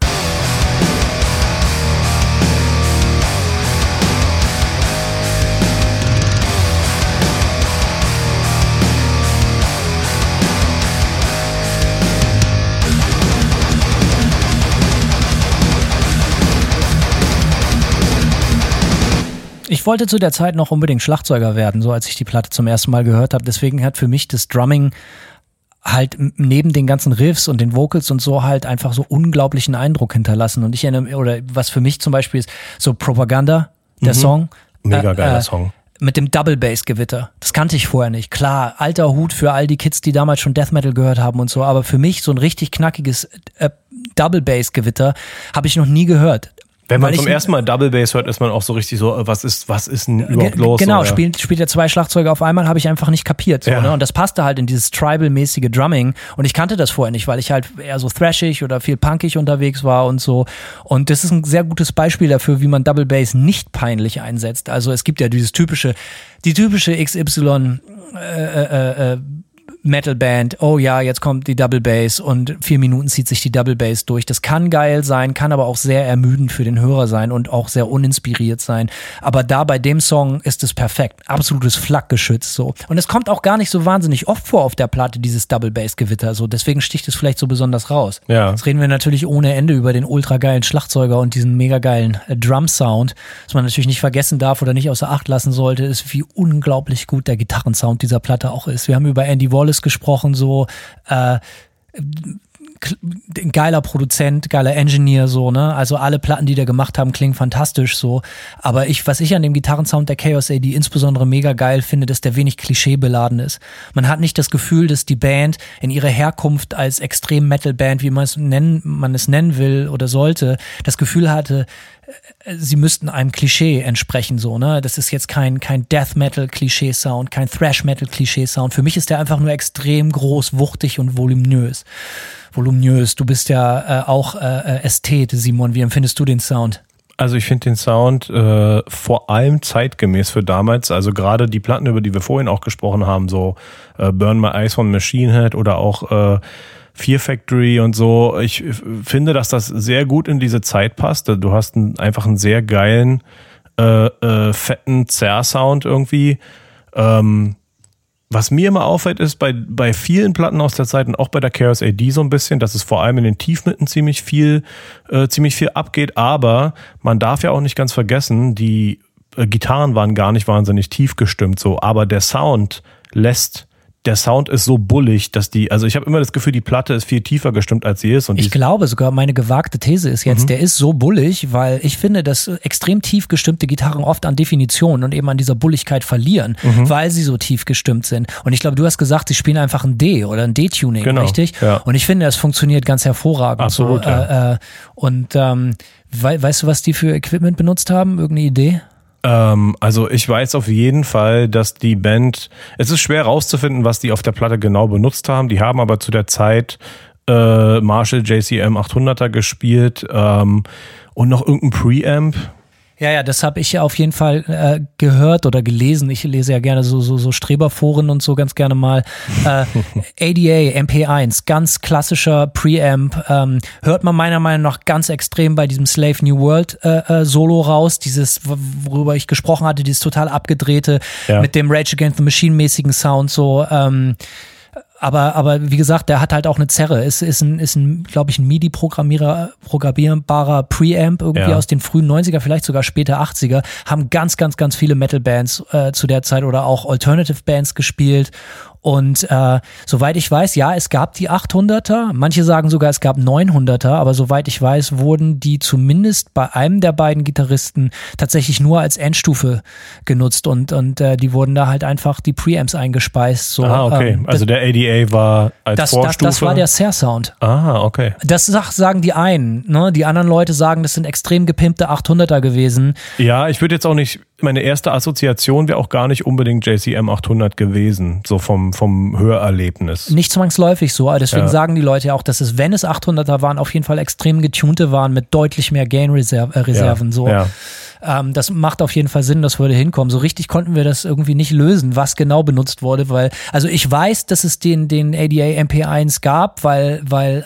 Ich wollte zu der Zeit noch unbedingt Schlagzeuger werden, so als ich die Platte zum ersten Mal gehört habe. Deswegen hat für mich das Drumming halt neben den ganzen Riffs und den Vocals und so halt einfach so unglaublichen Eindruck hinterlassen. Und ich erinnere, oder was für mich zum Beispiel ist, so Propaganda, der Song. Mega geiler Song. Mit dem Double Bass Gewitter. Das kannte ich vorher nicht. Klar, alter Hut für all die Kids, die damals schon Death Metal gehört haben und so. Aber für mich so ein richtig knackiges Double Bass Gewitter habe ich noch nie gehört. Wenn man zum ersten Mal Double Bass hört, ist man auch so richtig so, was ist denn überhaupt los? Genau, so, ja. spielt er zwei Schlagzeuge auf einmal, habe ich einfach nicht kapiert. So, ja. Ne? Und das passte halt in dieses Tribal-mäßige Drumming. Und ich kannte das vorher nicht, weil ich halt eher so thrashig oder viel punkig unterwegs war und so. Und das ist ein sehr gutes Beispiel dafür, wie man Double Bass nicht peinlich einsetzt. Also es gibt ja die typische XY Metal-Band, oh ja, jetzt kommt die Double Bass und 4 Minuten zieht sich die Double Bass durch. Das kann geil sein, kann aber auch sehr ermüdend für den Hörer sein und auch sehr uninspiriert sein. Aber da bei dem Song ist es perfekt. Absolutes Flakgeschütz so. Und es kommt auch gar nicht so wahnsinnig oft vor auf der Platte, dieses Double Bass Gewitter. So. Deswegen sticht es vielleicht so besonders raus. Ja. Jetzt reden wir natürlich ohne Ende über den ultra geilen Schlagzeuger und diesen mega geilen Drum-Sound. Was man natürlich nicht vergessen darf oder nicht außer Acht lassen sollte, ist, wie unglaublich gut der Gitarrensound dieser Platte auch ist. Wir haben über Andy Wallace gesprochen, so geiler Produzent, geiler Engineer, so, ne? Also alle Platten, die der gemacht haben, klingen fantastisch, so. Aber was ich an dem Gitarrensound der Chaos AD insbesondere mega geil finde, dass der wenig klischeebeladen ist. Man hat nicht das Gefühl, dass die Band in ihrer Herkunft als Extrem-Metal-Band, wie man es nennen will oder sollte, das Gefühl hatte, sie müssten einem Klischee entsprechen, so, ne? Das ist jetzt kein Death-Metal-Klischee-Sound, kein Thrash-Metal-Klischee-Sound. Für mich ist der einfach nur extrem groß, wuchtig und voluminös. Du bist ja auch Ästhet, Simon. Wie empfindest du den Sound? Also ich finde den Sound vor allem zeitgemäß für damals. Also gerade die Platten, über die wir vorhin auch gesprochen haben, so Burn My Eyes von Machine Head oder auch Fear Factory und so. Ich finde, dass das sehr gut in diese Zeit passt. Du hast einfach einen sehr geilen, fetten Zerr-Sound irgendwie. Was mir immer auffällt, ist bei vielen Platten aus der Zeit und auch bei der Chaos AD so ein bisschen, dass es vor allem in den Tiefmitten ziemlich viel abgeht. Aber man darf ja auch nicht ganz vergessen, die Gitarren waren gar nicht wahnsinnig tief gestimmt, so. Aber der Sound ist so bullig, dass also ich habe immer das Gefühl, die Platte ist viel tiefer gestimmt, als sie ist. Und ich glaube sogar, meine gewagte These ist jetzt, der ist so bullig, weil ich finde, dass extrem tief gestimmte Gitarren oft an Definition und eben an dieser Bulligkeit verlieren, weil sie so tief gestimmt sind. Und ich glaube, du hast gesagt, sie spielen einfach ein D oder ein D-Tuning, genau, richtig? Ja. Und ich finde, das funktioniert ganz hervorragend. Absolut, so. Ja. Weißt du, was die für Equipment benutzt haben? Irgendeine Idee? Also ich weiß auf jeden Fall, dass die Band, es ist schwer rauszufinden, was die auf der Platte genau benutzt haben. Die haben aber zu der Zeit Marshall JCM 800er gespielt und noch irgendein Preamp. Ja, das habe ich ja auf jeden Fall gehört oder gelesen. Ich lese ja gerne so Streberforen und so ganz gerne mal. ADA MP1, ganz klassischer Preamp. Hört man meiner Meinung nach ganz extrem bei diesem Slave New World Solo raus. Dieses, worüber ich gesprochen hatte, dieses total abgedrehte mit dem Rage Against the Machine mäßigen Sound so. Aber wie gesagt, der hat halt auch eine Zerre. Ist ein, glaube ich, ein MIDI-programmierbarer Preamp irgendwie aus den frühen 90er, vielleicht sogar später 80er. Haben ganz viele Metal-Bands zu der Zeit oder auch Alternative-Bands gespielt. Und soweit ich weiß, ja, es gab die 800er. Manche sagen sogar, es gab 900er. Aber soweit ich weiß, wurden die zumindest bei einem der beiden Gitarristen tatsächlich nur als Endstufe genutzt. Und die wurden da halt einfach die Preamps eingespeist. So, okay. Also der ADA war als Vorstufe? Das war der Snare-Sound. Okay. Das sagen die einen. Ne? Die anderen Leute sagen, das sind extrem gepimpte 800er gewesen. Ja, ich würde jetzt auch nicht, meine erste Assoziation wäre auch gar nicht unbedingt JCM 800 gewesen, so vom Hörerlebnis. Nicht zwangsläufig so, deswegen sagen die Leute ja auch, dass es, wenn es 800er waren, auf jeden Fall extrem getunte waren mit deutlich mehr Gain-Reserven. Das macht auf jeden Fall Sinn, das würde hinkommen. So richtig konnten wir das irgendwie nicht lösen, was genau benutzt wurde, weil, also ich weiß, dass es den ADA MP1 gab, weil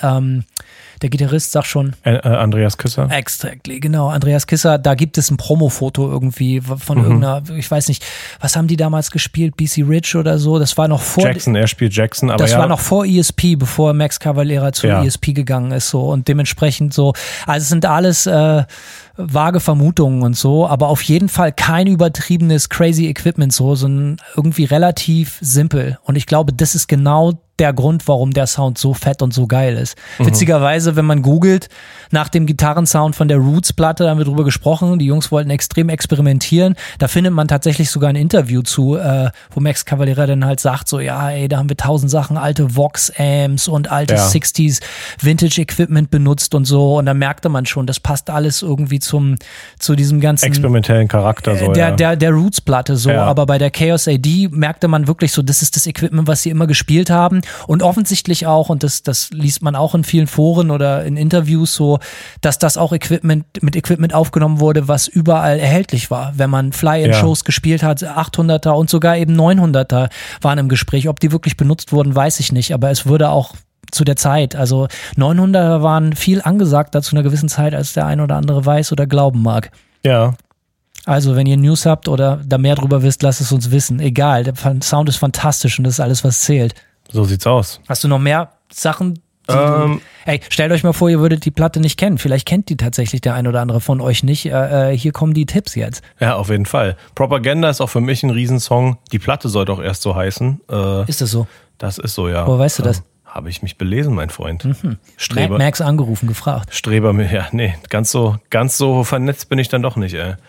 der Gitarrist sagt schon. Andreas Kisser. Exactly, genau. Andreas Kisser, da gibt es ein Promo-Foto irgendwie von irgendeiner, ich weiß nicht, was haben die damals gespielt? BC Rich oder so? Das war noch vor. Jackson, er spielt Jackson, aber das war noch vor ESP, bevor Max Cavalera zu ESP gegangen ist, so. Und dementsprechend so, also es sind alles, vage Vermutungen und so, aber auf jeden Fall kein übertriebenes crazy Equipment so, sondern irgendwie relativ simpel. Und ich glaube, das ist genau der Grund, warum der Sound so fett und so geil ist. Witzigerweise, wenn man googelt nach dem Gitarrensound von der Roots-Platte, da haben wir drüber gesprochen, die Jungs wollten extrem experimentieren, da findet man tatsächlich sogar ein Interview zu, wo Max Cavalera dann halt sagt, so ja, ey, da haben wir 1000 Sachen, alte Vox-Amps und altes 60s Vintage-Equipment benutzt und so, und da merkte man schon, das passt alles irgendwie zu diesem ganzen experimentellen Charakter so, der Roots-Platte so, aber bei der Chaos AD merkte man wirklich so, das ist das Equipment, was sie immer gespielt haben, und offensichtlich auch, und das liest man auch in vielen Foren oder in Interviews so, dass das auch mit Equipment aufgenommen wurde, was überall erhältlich war. Wenn man Fly-in-Shows gespielt hat, 800er und sogar eben 900er waren im Gespräch. Ob die wirklich benutzt wurden, weiß ich nicht, aber es würde auch zu der Zeit, also 900er waren viel angesagter zu einer gewissen Zeit, als der ein oder andere weiß oder glauben mag. Ja. Also, wenn ihr News habt oder da mehr drüber wisst, lasst es uns wissen. Egal, der Sound ist fantastisch und das ist alles, was zählt. So sieht's aus. Hast du noch mehr Sachen? Ey, stellt euch mal vor, ihr würdet die Platte nicht kennen. Vielleicht kennt die tatsächlich der ein oder andere von euch nicht. Hier kommen die Tipps jetzt. Ja, auf jeden Fall. Propaganda ist auch für mich ein Riesensong. Die Platte soll doch erst so heißen. Ist das so? Das ist so, ja. Woher weißt du das? Habe ich mich belesen, mein Freund. Streber. Max angerufen, gefragt. Streber mir, ja, nee, ganz so vernetzt bin ich dann doch nicht, ey.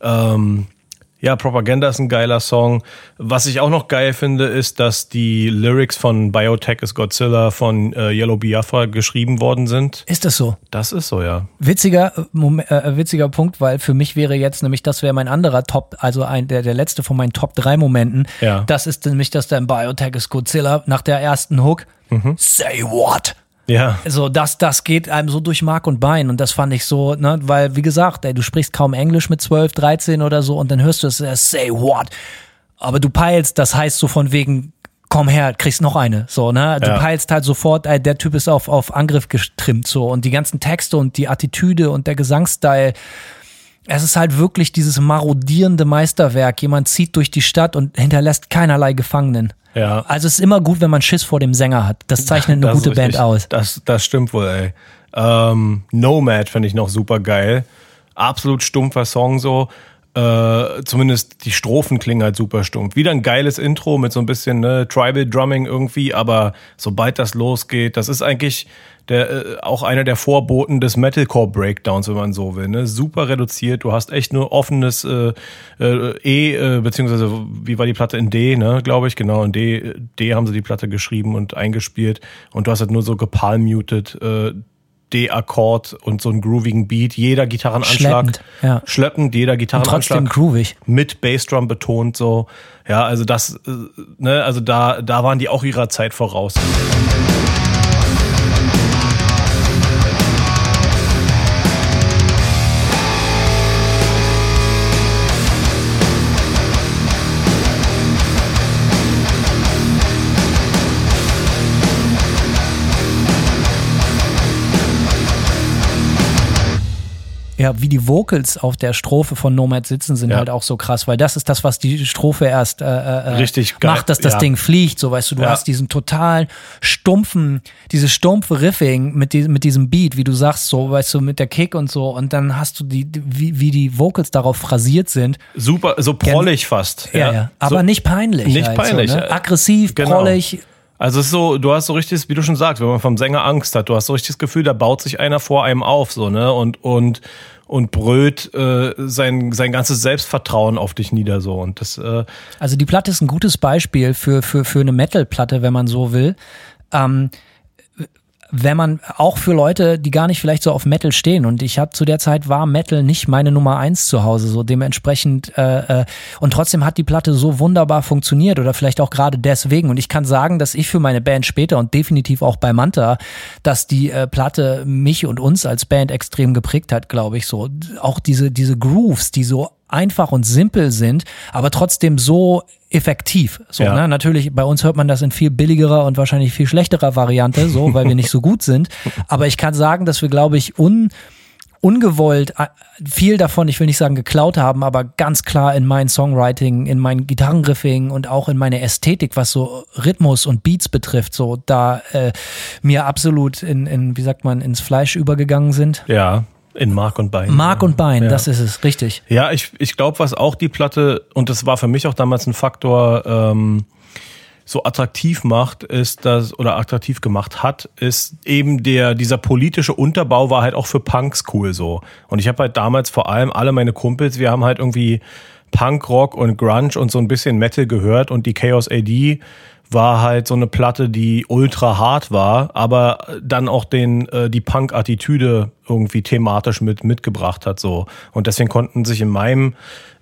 Ja, Propaganda ist ein geiler Song. Was ich auch noch geil finde, ist, dass die Lyrics von Biotech is Godzilla von Yellow Biafra geschrieben worden sind. Ist das so? Das ist so, ja. Witziger Punkt, weil für mich wäre jetzt nämlich, das wäre mein anderer Top, also der letzte von meinen Top 3 Momenten. Ja. Das ist nämlich, dass der Biotech is Godzilla nach der ersten Hook Say what? Ja. So, das geht einem so durch Mark und Bein, und das fand ich so, ne, weil, wie gesagt, ey, du sprichst kaum Englisch mit 12, 13 oder so, und dann hörst du es, say what? Aber du peilst, das heißt so von wegen, komm her, kriegst noch eine, so, ne? Du peilst halt sofort, der Typ ist auf Angriff getrimmt, so, und die ganzen Texte und die Attitüde und der Gesangsstil, es ist halt wirklich dieses marodierende Meisterwerk. Jemand zieht durch die Stadt und hinterlässt keinerlei Gefangenen. Ja. Also es ist immer gut, wenn man Schiss vor dem Sänger hat. Das zeichnet eine gute Band aus. Das stimmt wohl, ey. Nomad finde ich noch super geil. Absolut stumpfer Song so. Zumindest die Strophen klingen halt super stumpf. Wieder ein geiles Intro mit so ein bisschen Tribal Drumming irgendwie, aber sobald das losgeht, das ist eigentlich auch einer der Vorboten des Metalcore Breakdowns, wenn man so will. Ne? Super reduziert, du hast echt nur offenes beziehungsweise wie war die Platte in D, ne, glaube ich, genau, in D haben sie die Platte geschrieben und eingespielt, und du hast halt nur so gepalmuted D-Akkord und so einen groovigen Beat, jeder Gitarrenanschlag. Schleppend, jeder Gitarrenanschlag. Und trotzdem groovig. Mit Bassdrum betont so. Ja, also das, ne, also da waren die auch ihrer Zeit voraus. Ja, wie die Vocals auf der Strophe von Nomad sitzen, sind halt auch so krass, weil das ist das, was die Strophe erst richtig geil macht, dass das Ding fliegt. So, weißt du, hast diesen total dieses stumpfe Riffing mit diesem Beat, wie du sagst, so, weißt du, mit der Kick und so, und dann hast du wie die Vocals darauf phrasiert sind. Super, so prollig fast. Ja. Aber so, nicht peinlich. Nicht halt peinlich. So, ne? Aggressiv, prollig. Also es ist so, du hast so richtig, wie du schon sagst, wenn man vom Sänger Angst hat, du hast so richtig das Gefühl, da baut sich einer vor einem auf, so, ne, und brüllt sein ganzes Selbstvertrauen auf dich nieder, so, und das. Also die Platte ist ein gutes Beispiel für eine Metal-Platte, wenn man so will. Wenn man auch für Leute, die gar nicht vielleicht so auf Metal stehen, und ich habe zu der Zeit war Metal nicht meine Nummer 1 zu Hause, so dementsprechend und trotzdem hat die Platte so wunderbar funktioniert, oder vielleicht auch gerade deswegen, und ich kann sagen, dass ich für meine Band später und definitiv auch bei Manta, dass die Platte mich und uns als Band extrem geprägt hat, glaube ich, so auch diese Grooves, die so einfach und simpel sind, aber trotzdem so effektiv. So, ne? Natürlich, bei uns hört man das in viel billigerer und wahrscheinlich viel schlechterer Variante, so, weil wir nicht so gut sind. Aber ich kann sagen, dass wir, glaube ich, ungewollt viel davon, ich will nicht sagen geklaut haben, aber ganz klar in mein Songwriting, in mein Gitarrenriffing und auch in meine Ästhetik, was so Rhythmus und Beats betrifft, so da mir absolut wie sagt man, ins Fleisch übergegangen sind. Ja. In Mark und Bein. Mark und Bein, das ist es, richtig. Ja, ich glaube, was auch die Platte, und das war für mich auch damals ein Faktor, so attraktiv macht, attraktiv gemacht hat, ist eben dieser politische Unterbau war halt auch für Punks cool so. Und ich habe halt damals vor allem alle meine Kumpels, wir haben halt irgendwie Punkrock und Grunge und so ein bisschen Metal gehört, und die Chaos AD war halt so eine Platte, die ultra hart war, aber dann auch die Punk-Attitüde irgendwie thematisch mitgebracht hat, so. Und deswegen konnten sich in meinem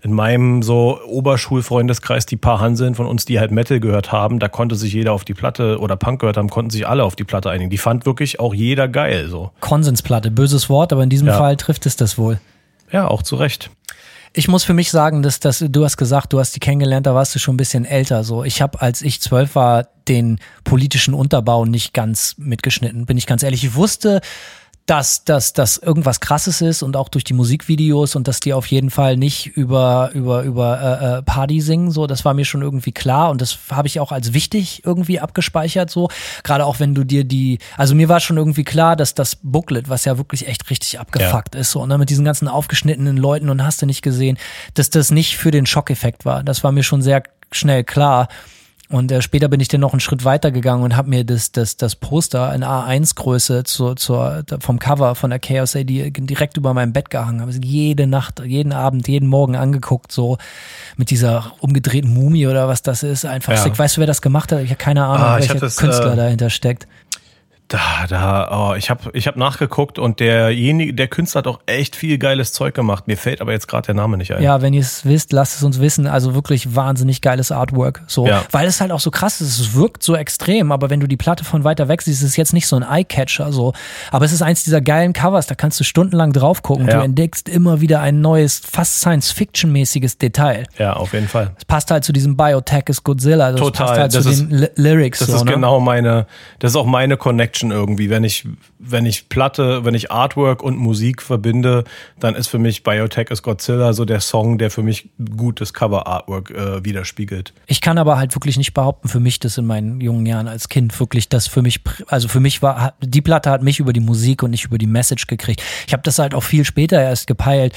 so Oberschulfreundeskreis, die paar Hanseln von uns, die halt Metal gehört haben, da konnte sich jeder auf die Platte, oder Punk gehört haben, konnten sich alle auf die Platte einigen. Die fand wirklich auch jeder geil, so. Konsensplatte, böses Wort, aber in diesem Fall trifft es das wohl. Ja, auch zu Recht. Ich muss für mich sagen, dass du hast gesagt, du hast die kennengelernt, da warst du schon ein bisschen älter. So, ich habe, als ich 12 war, den politischen Unterbau nicht ganz mitgeschnitten, bin ich ganz ehrlich. Ich wusste, dass das irgendwas Krasses ist, und auch durch die Musikvideos, und dass die auf jeden Fall nicht über Party singen, so, das war mir schon irgendwie klar, und das habe ich auch als wichtig irgendwie abgespeichert, so, gerade auch wenn du dir also mir war schon irgendwie klar, dass das Booklet, was ja wirklich echt richtig abgefuckt ist, so, ne, mit diesen ganzen aufgeschnittenen Leuten und hast du nicht gesehen, dass das nicht für den Schockeffekt war, das war mir schon sehr schnell klar. Und später bin ich dann noch einen Schritt weiter gegangen und habe mir das Poster in A1-Größe vom Cover von der Chaos AD direkt über meinem Bett gehangen. Habe es jede Nacht, jeden Abend, jeden Morgen angeguckt, so mit dieser umgedrehten Mumie oder was das ist. Einfach sick. Weißt du, wer das gemacht hat? Ich habe keine Ahnung, welcher Künstler dahinter steckt. Ich hab nachgeguckt, und der Künstler hat auch echt viel geiles Zeug gemacht. Mir fällt aber jetzt gerade der Name nicht ein. Ja, wenn ihr es wisst, lasst es uns wissen. Also wirklich wahnsinnig geiles Artwork. So, weil es halt auch so krass ist. Es wirkt so extrem, aber wenn du die Platte von weiter weg siehst, ist es jetzt nicht so ein Eye-Catcher. So. Aber es ist eins dieser geilen Covers, da kannst du stundenlang drauf gucken. Du entdeckst immer wieder ein neues, fast Science-Fiction-mäßiges Detail. Ja, auf jeden Fall. Es passt halt zu diesem Biotech is Godzilla. Also total. Es passt halt zu den Lyrics. Das ist genau das ist auch meine Connection irgendwie. Wenn ich Artwork und Musik verbinde, dann ist für mich Biotech is Godzilla so der Song, der für mich gutes Cover-Artwork widerspiegelt. Ich kann aber halt wirklich nicht behaupten, für mich das in meinen jungen Jahren als Kind wirklich, das für mich war, die Platte hat mich über die Musik und nicht über die Message gekriegt. Ich habe das halt auch viel später erst gepeilt,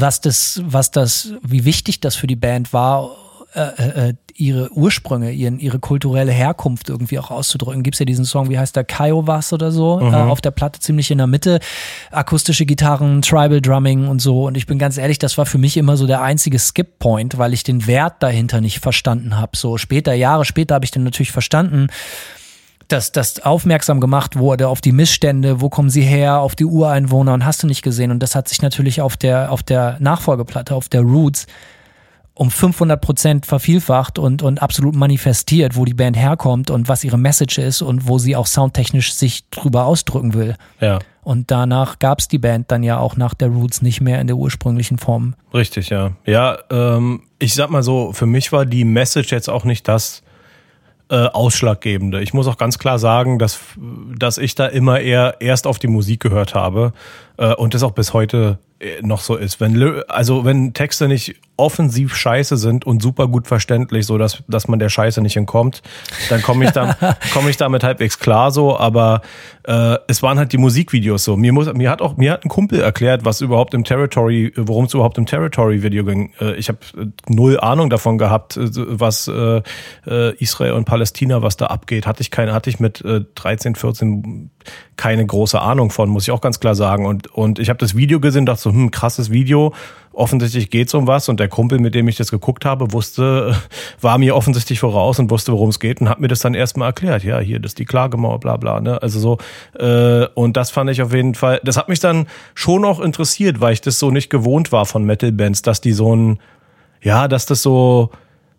wie wichtig das für die Band war, ihre Ursprünge, ihre kulturelle Herkunft irgendwie auch auszudrücken. Gibt's ja diesen Song, wie heißt der, Kiowas oder so, auf der Platte ziemlich in der Mitte, akustische Gitarren, Tribal Drumming und so, und ich bin ganz ehrlich, das war für mich immer so der einzige Skip-Point, weil ich den Wert dahinter nicht verstanden habe. So Jahre später habe ich dann natürlich verstanden, das aufmerksam gemacht wurde auf die Missstände, wo kommen sie her, auf die Ureinwohner und hast du nicht gesehen. Und das hat sich natürlich auf der Nachfolgeplatte, auf der Roots, um 500% vervielfacht und absolut manifestiert, wo die Band herkommt und was ihre Message ist und wo sie auch soundtechnisch sich drüber ausdrücken will. Ja. Und danach gab es die Band dann ja auch nach der Roots nicht mehr in der ursprünglichen Form. Richtig, ja. Ja, ich sag mal so, für mich war die Message jetzt auch nicht das Ausschlaggebende. Ich muss auch ganz klar sagen, dass ich da immer eher erst auf die Musik gehört habe und das auch bis heute noch so ist. Wenn Texte nicht offensiv scheiße sind und super gut verständlich, so dass man der Scheiße nicht entkommt, dann komme ich damit halbwegs klar so, aber es waren halt die Musikvideos so. Mir hat ein Kumpel erklärt, worum es überhaupt im Territory-Video ging. Ich habe null Ahnung davon gehabt, was Israel und Palästina, was da abgeht. Hatte ich mit 13, 14 keine große Ahnung von, muss ich auch ganz klar sagen. Und ich habe das Video gesehen und dachte so, krasses Video. Offensichtlich geht's um was und der Kumpel, mit dem ich das geguckt habe, war mir offensichtlich voraus und wusste, worum es geht und hat mir das dann erstmal erklärt. Ja, hier, das ist die Klagemauer, bla bla, ne? Also so, und das fand ich auf jeden Fall, das hat mich dann schon auch interessiert, weil ich das so nicht gewohnt war von Metal-Bands, dass die dass das so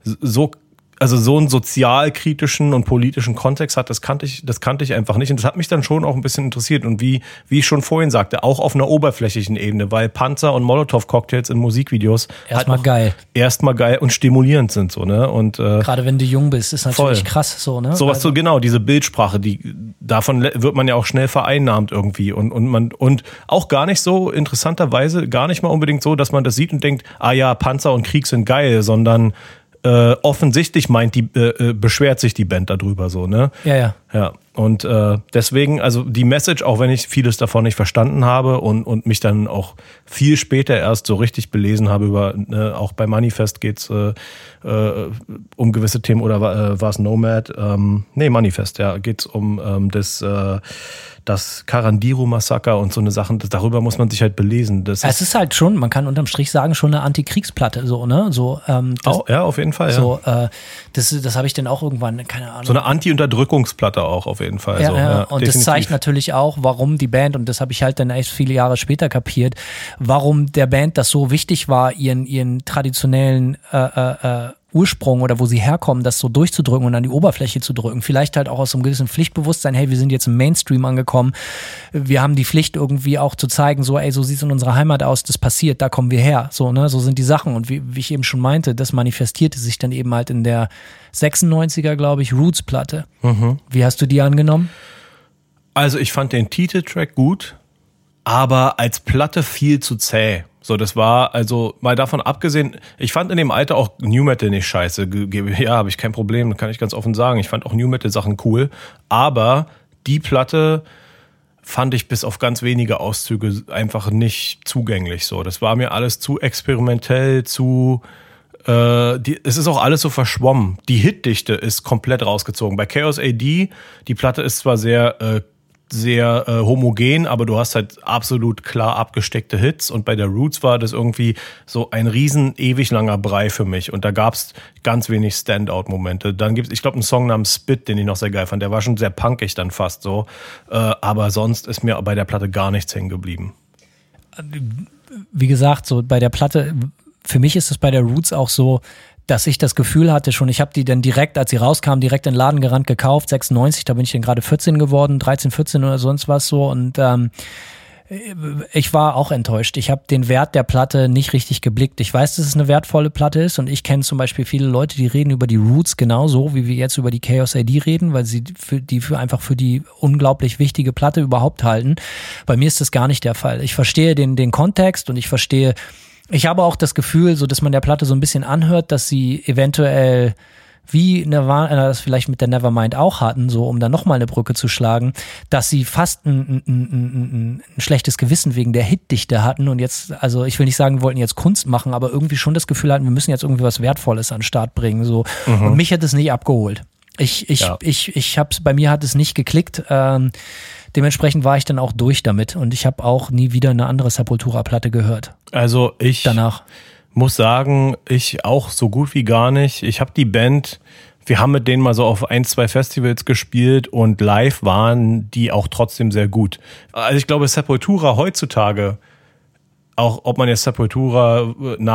einen sozialkritischen und politischen Kontext hat, das kannte ich einfach nicht. Und das hat mich dann schon auch ein bisschen interessiert. Und wie ich schon vorhin sagte, auch auf einer oberflächlichen Ebene, weil Panzer und Molotow-Cocktails in Musikvideos erstmal geil und stimulierend sind, so, ne? Und, gerade wenn du jung bist, ist natürlich krass, so, ne? Sowas so, genau, diese Bildsprache, davon wird man ja auch schnell vereinnahmt irgendwie. Und auch gar nicht so, interessanterweise, gar nicht mal unbedingt so, dass man das sieht und denkt, ah ja, Panzer und Krieg sind geil, sondern offensichtlich beschwert sich die Band darüber so, ne? Ja. Ja, und deswegen, also die Message, auch wenn ich vieles davon nicht verstanden habe und mich dann auch viel später erst so richtig belesen habe auch bei Manifest geht's um gewisse Themen, oder war es Nomad? Manifest, ja, geht's um das Carandiru-Massaker und so eine Sachen, darüber muss man sich halt belesen. Es ist halt schon, man kann unterm Strich sagen, schon eine Antikriegsplatte, so, ne? So, ja, auf jeden Fall, ja. So, das habe ich dann auch irgendwann, keine Ahnung. So eine Anti-Unterdrückungsplatte auch, auf jeden Fall. Ja, so, ja. Und definitiv. das zeigt natürlich auch, warum die Band, und das habe ich halt dann echt viele Jahre später kapiert, warum der Band das so wichtig war, ihren traditionellen Ursprung oder wo sie herkommen, das so durchzudrücken und an die Oberfläche zu drücken. Vielleicht halt auch aus so einem gewissen Pflichtbewusstsein, hey, wir sind jetzt im Mainstream angekommen, wir haben die Pflicht irgendwie auch zu zeigen, so, ey, so sieht es in unserer Heimat aus, das passiert, da kommen wir her, so, ne, so sind die Sachen. Und wie ich eben schon meinte, das manifestierte sich dann eben halt in der 96er, glaube ich, Roots-Platte. Mhm. Wie hast du die angenommen? Also ich fand den Titeltrack gut, aber als Platte viel zu zäh. So, das war, also mal davon abgesehen, ich fand in dem Alter auch New Metal nicht scheiße. Ja, habe ich kein Problem, kann ich ganz offen sagen. Ich fand auch New Metal Sachen cool, aber die Platte fand ich bis auf ganz wenige Auszüge einfach nicht zugänglich. So, das war mir alles zu experimentell, es ist auch alles so verschwommen. Die Hitdichte ist komplett rausgezogen. Bei Chaos AD, die Platte ist zwar sehr homogen, aber du hast halt absolut klar abgesteckte Hits, und bei der Roots war das irgendwie so ein riesen ewig langer Brei für mich, und da gab's ganz wenig Standout-Momente. Dann gibt's, ich glaube, einen Song namens Spit, den ich noch sehr geil fand, der war schon sehr punkig dann fast so, aber sonst ist mir bei der Platte gar nichts hängen geblieben. Wie gesagt, so bei der Platte, für mich ist es bei der Roots auch so, dass ich das Gefühl hatte schon, ich habe die dann direkt, als sie rauskam, direkt in den Laden gerannt gekauft, 96, da bin ich dann gerade 14 geworden, 13, 14 oder sonst was so, und ich war auch enttäuscht. Ich habe den Wert der Platte nicht richtig geblickt. Ich weiß, dass es eine wertvolle Platte ist, und ich kenne zum Beispiel viele Leute, die reden über die Roots genauso, wie wir jetzt über die Chaos AD reden, weil sie für die unglaublich wichtige Platte überhaupt halten. Bei mir ist das gar nicht der Fall. Ich verstehe den Kontext, und ich habe auch das Gefühl, so dass man der Platte so ein bisschen anhört, dass sie eventuell wie Nirvana das vielleicht mit der Nevermind auch hatten, so um dann nochmal eine Brücke zu schlagen, dass sie fast ein schlechtes Gewissen wegen der Hitdichte hatten und jetzt, also ich will nicht sagen, wir wollten jetzt Kunst machen, aber irgendwie schon das Gefühl hatten, wir müssen jetzt irgendwie was Wertvolles an den Start bringen, so. Mhm. Und mich hat es nicht abgeholt. Bei mir hat es nicht geklickt. Dementsprechend war ich dann auch durch damit, und ich habe auch nie wieder eine andere Sepultura-Platte gehört. Also ich muss sagen, ich auch so gut wie gar nicht. Ich habe die Band wir haben mit denen mal so auf 1-2 Festivals gespielt und live waren die auch trotzdem sehr gut. Also ich glaube, Sepultura heutzutage, auch ob man jetzt Sepultura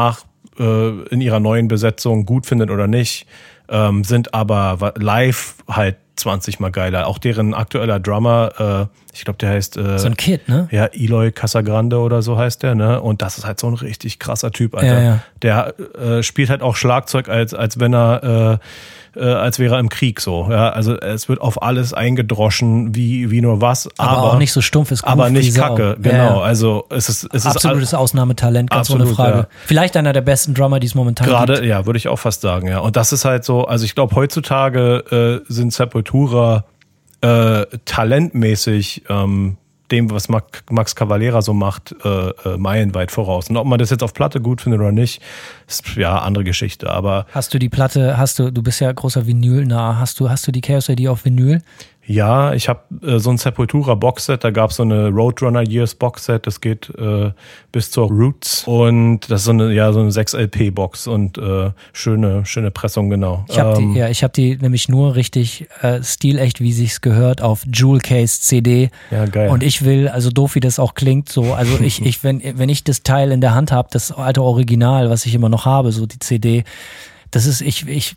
in ihrer neuen Besetzung gut findet oder nicht, sind aber live halt 20 mal geiler. Auch deren aktueller Drummer, ich glaube, der heißt so ein Kid, ne? Ja, Eloy Casagrande oder so heißt der, ne? Und das ist halt so ein richtig krasser Typ, Alter. Ja. Der spielt halt auch Schlagzeug, als wenn er als wäre er im Krieg so. Ja, also es wird auf alles eingedroschen, wie nur was. Aber auch nicht so stumpf ist, aber nicht kacke, genau. Ja. Also es ist absolutes Ausnahmetalent, ganz ohne Frage. Ja. Vielleicht einer der besten Drummer, die es momentan gibt. Gerade, ja, würde ich auch fast sagen, ja. Und das ist halt so, also ich glaube, heutzutage sind Sepultura talentmäßig dem, was Max Cavalera so macht, meilenweit voraus. Und ob man das jetzt auf Platte gut findet oder nicht, ist ja andere Geschichte. Aber hast du die Platte, du bist ja großer Vinyl-nah, hast du die Chaos AD auf Vinyl? Ja, ich habe so ein Sepultura-Boxset, da gab es so eine Roadrunner Years Boxset, das geht bis zur Roots und das ist so eine 6-LP-Box und schöne Pressung, genau. Ich habe die nämlich nur richtig stilecht, wie sich's gehört, auf Jewel Case CD. Ja, geil. Und ich will, also doof wie das auch klingt, so, also wenn ich das Teil in der Hand habe, das alte Original, was ich immer noch habe, so die CD, das ist, ich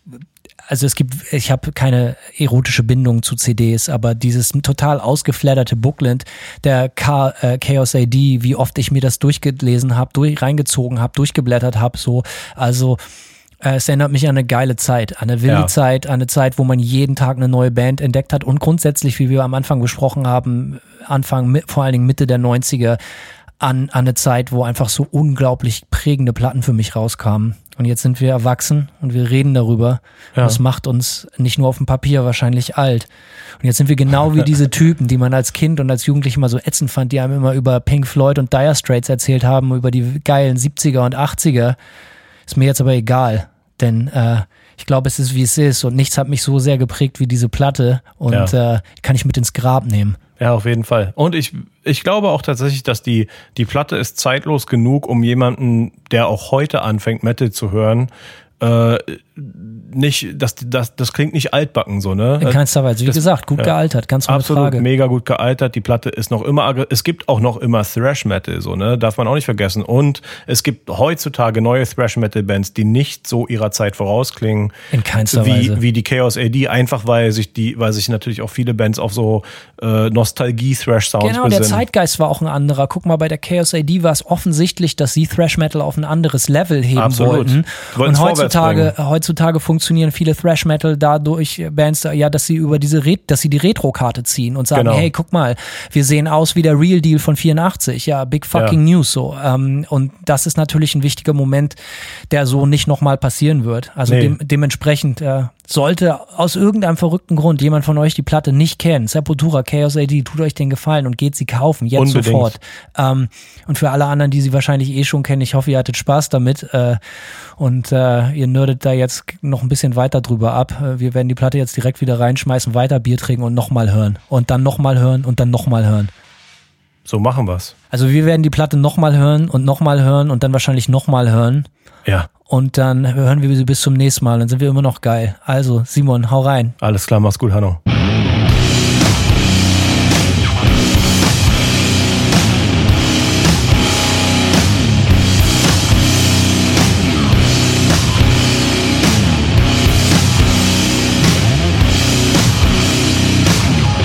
habe keine erotische Bindung zu CDs, aber dieses total ausgeflatterte Booklet der Chaos AD, wie oft ich mir das durchgelesen habe, reingezogen habe, durchgeblättert habe, so, also es erinnert mich an eine geile Zeit, an eine wilde Zeit, an eine Zeit, wo man jeden Tag eine neue Band entdeckt hat und grundsätzlich, wie wir am Anfang besprochen haben, vor allen Dingen Mitte der 90er, an eine Zeit, wo einfach so unglaublich prägende Platten für mich rauskamen. Und jetzt sind wir erwachsen und wir reden darüber. Ja. Das macht uns nicht nur auf dem Papier wahrscheinlich alt. Und jetzt sind wir genau wie diese Typen, die man als Kind und als Jugendliche mal so ätzend fand, die einem immer über Pink Floyd und Dire Straits erzählt haben, über die geilen 70er und 80er. Ist mir jetzt aber egal, denn ich glaube, es ist, wie es ist und nichts hat mich so sehr geprägt wie diese Platte und kann ich mit ins Grab nehmen. Ja, auf jeden Fall. Und ich glaube auch tatsächlich, dass die Platte ist zeitlos genug, um jemanden, der auch heute anfängt, Metal zu hören, nicht, das klingt nicht altbacken so, ne? In keinster Weise. Wie gesagt, gut gealtert, ganz ohne Frage. Absolut, mega gut gealtert. Die Platte ist noch immer, es gibt auch noch immer Thrash-Metal, so, ne? Darf man auch nicht vergessen. Und es gibt heutzutage neue Thrash-Metal-Bands, die nicht so ihrer Zeit vorausklingen. In keinster Weise. Wie die Chaos AD, einfach weil sich natürlich auch viele Bands auf so Nostalgie-Thrash-Sounds besinnen. Genau, der Zeitgeist war auch ein anderer. Guck mal, bei der Chaos AD war es offensichtlich, dass sie Thrash-Metal auf ein anderes Level heben wollten. Und heutzutage funktionieren viele Thrash-Metal dadurch Bands, dass sie die Retro-Karte ziehen und sagen, hey, guck mal, wir sehen aus wie der Real Deal von 84, big fucking news, so. Und das ist natürlich ein wichtiger Moment, der so nicht nochmal passieren wird. Also dementsprechend sollte aus irgendeinem verrückten Grund jemand von euch die Platte nicht kennen, Sepultura, Chaos AD, tut euch den Gefallen und geht sie kaufen, jetzt unbedingt. Sofort. Und für alle anderen, die sie wahrscheinlich schon kennen, ich hoffe, ihr hattet Spaß damit und ihr nerdet da jetzt noch ein bisschen weiter drüber ab. Wir werden die Platte jetzt direkt wieder reinschmeißen, weiter Bier trinken und nochmal hören und dann nochmal hören und dann nochmal hören. So machen wir's. Also wir werden die Platte nochmal hören und dann wahrscheinlich nochmal hören. Ja. Und dann hören wir sie bis zum nächsten Mal. Dann sind wir immer noch geil. Also, Simon, hau rein. Alles klar, mach's gut, Hanno.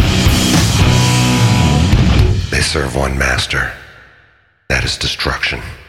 They serve one master. That is destruction.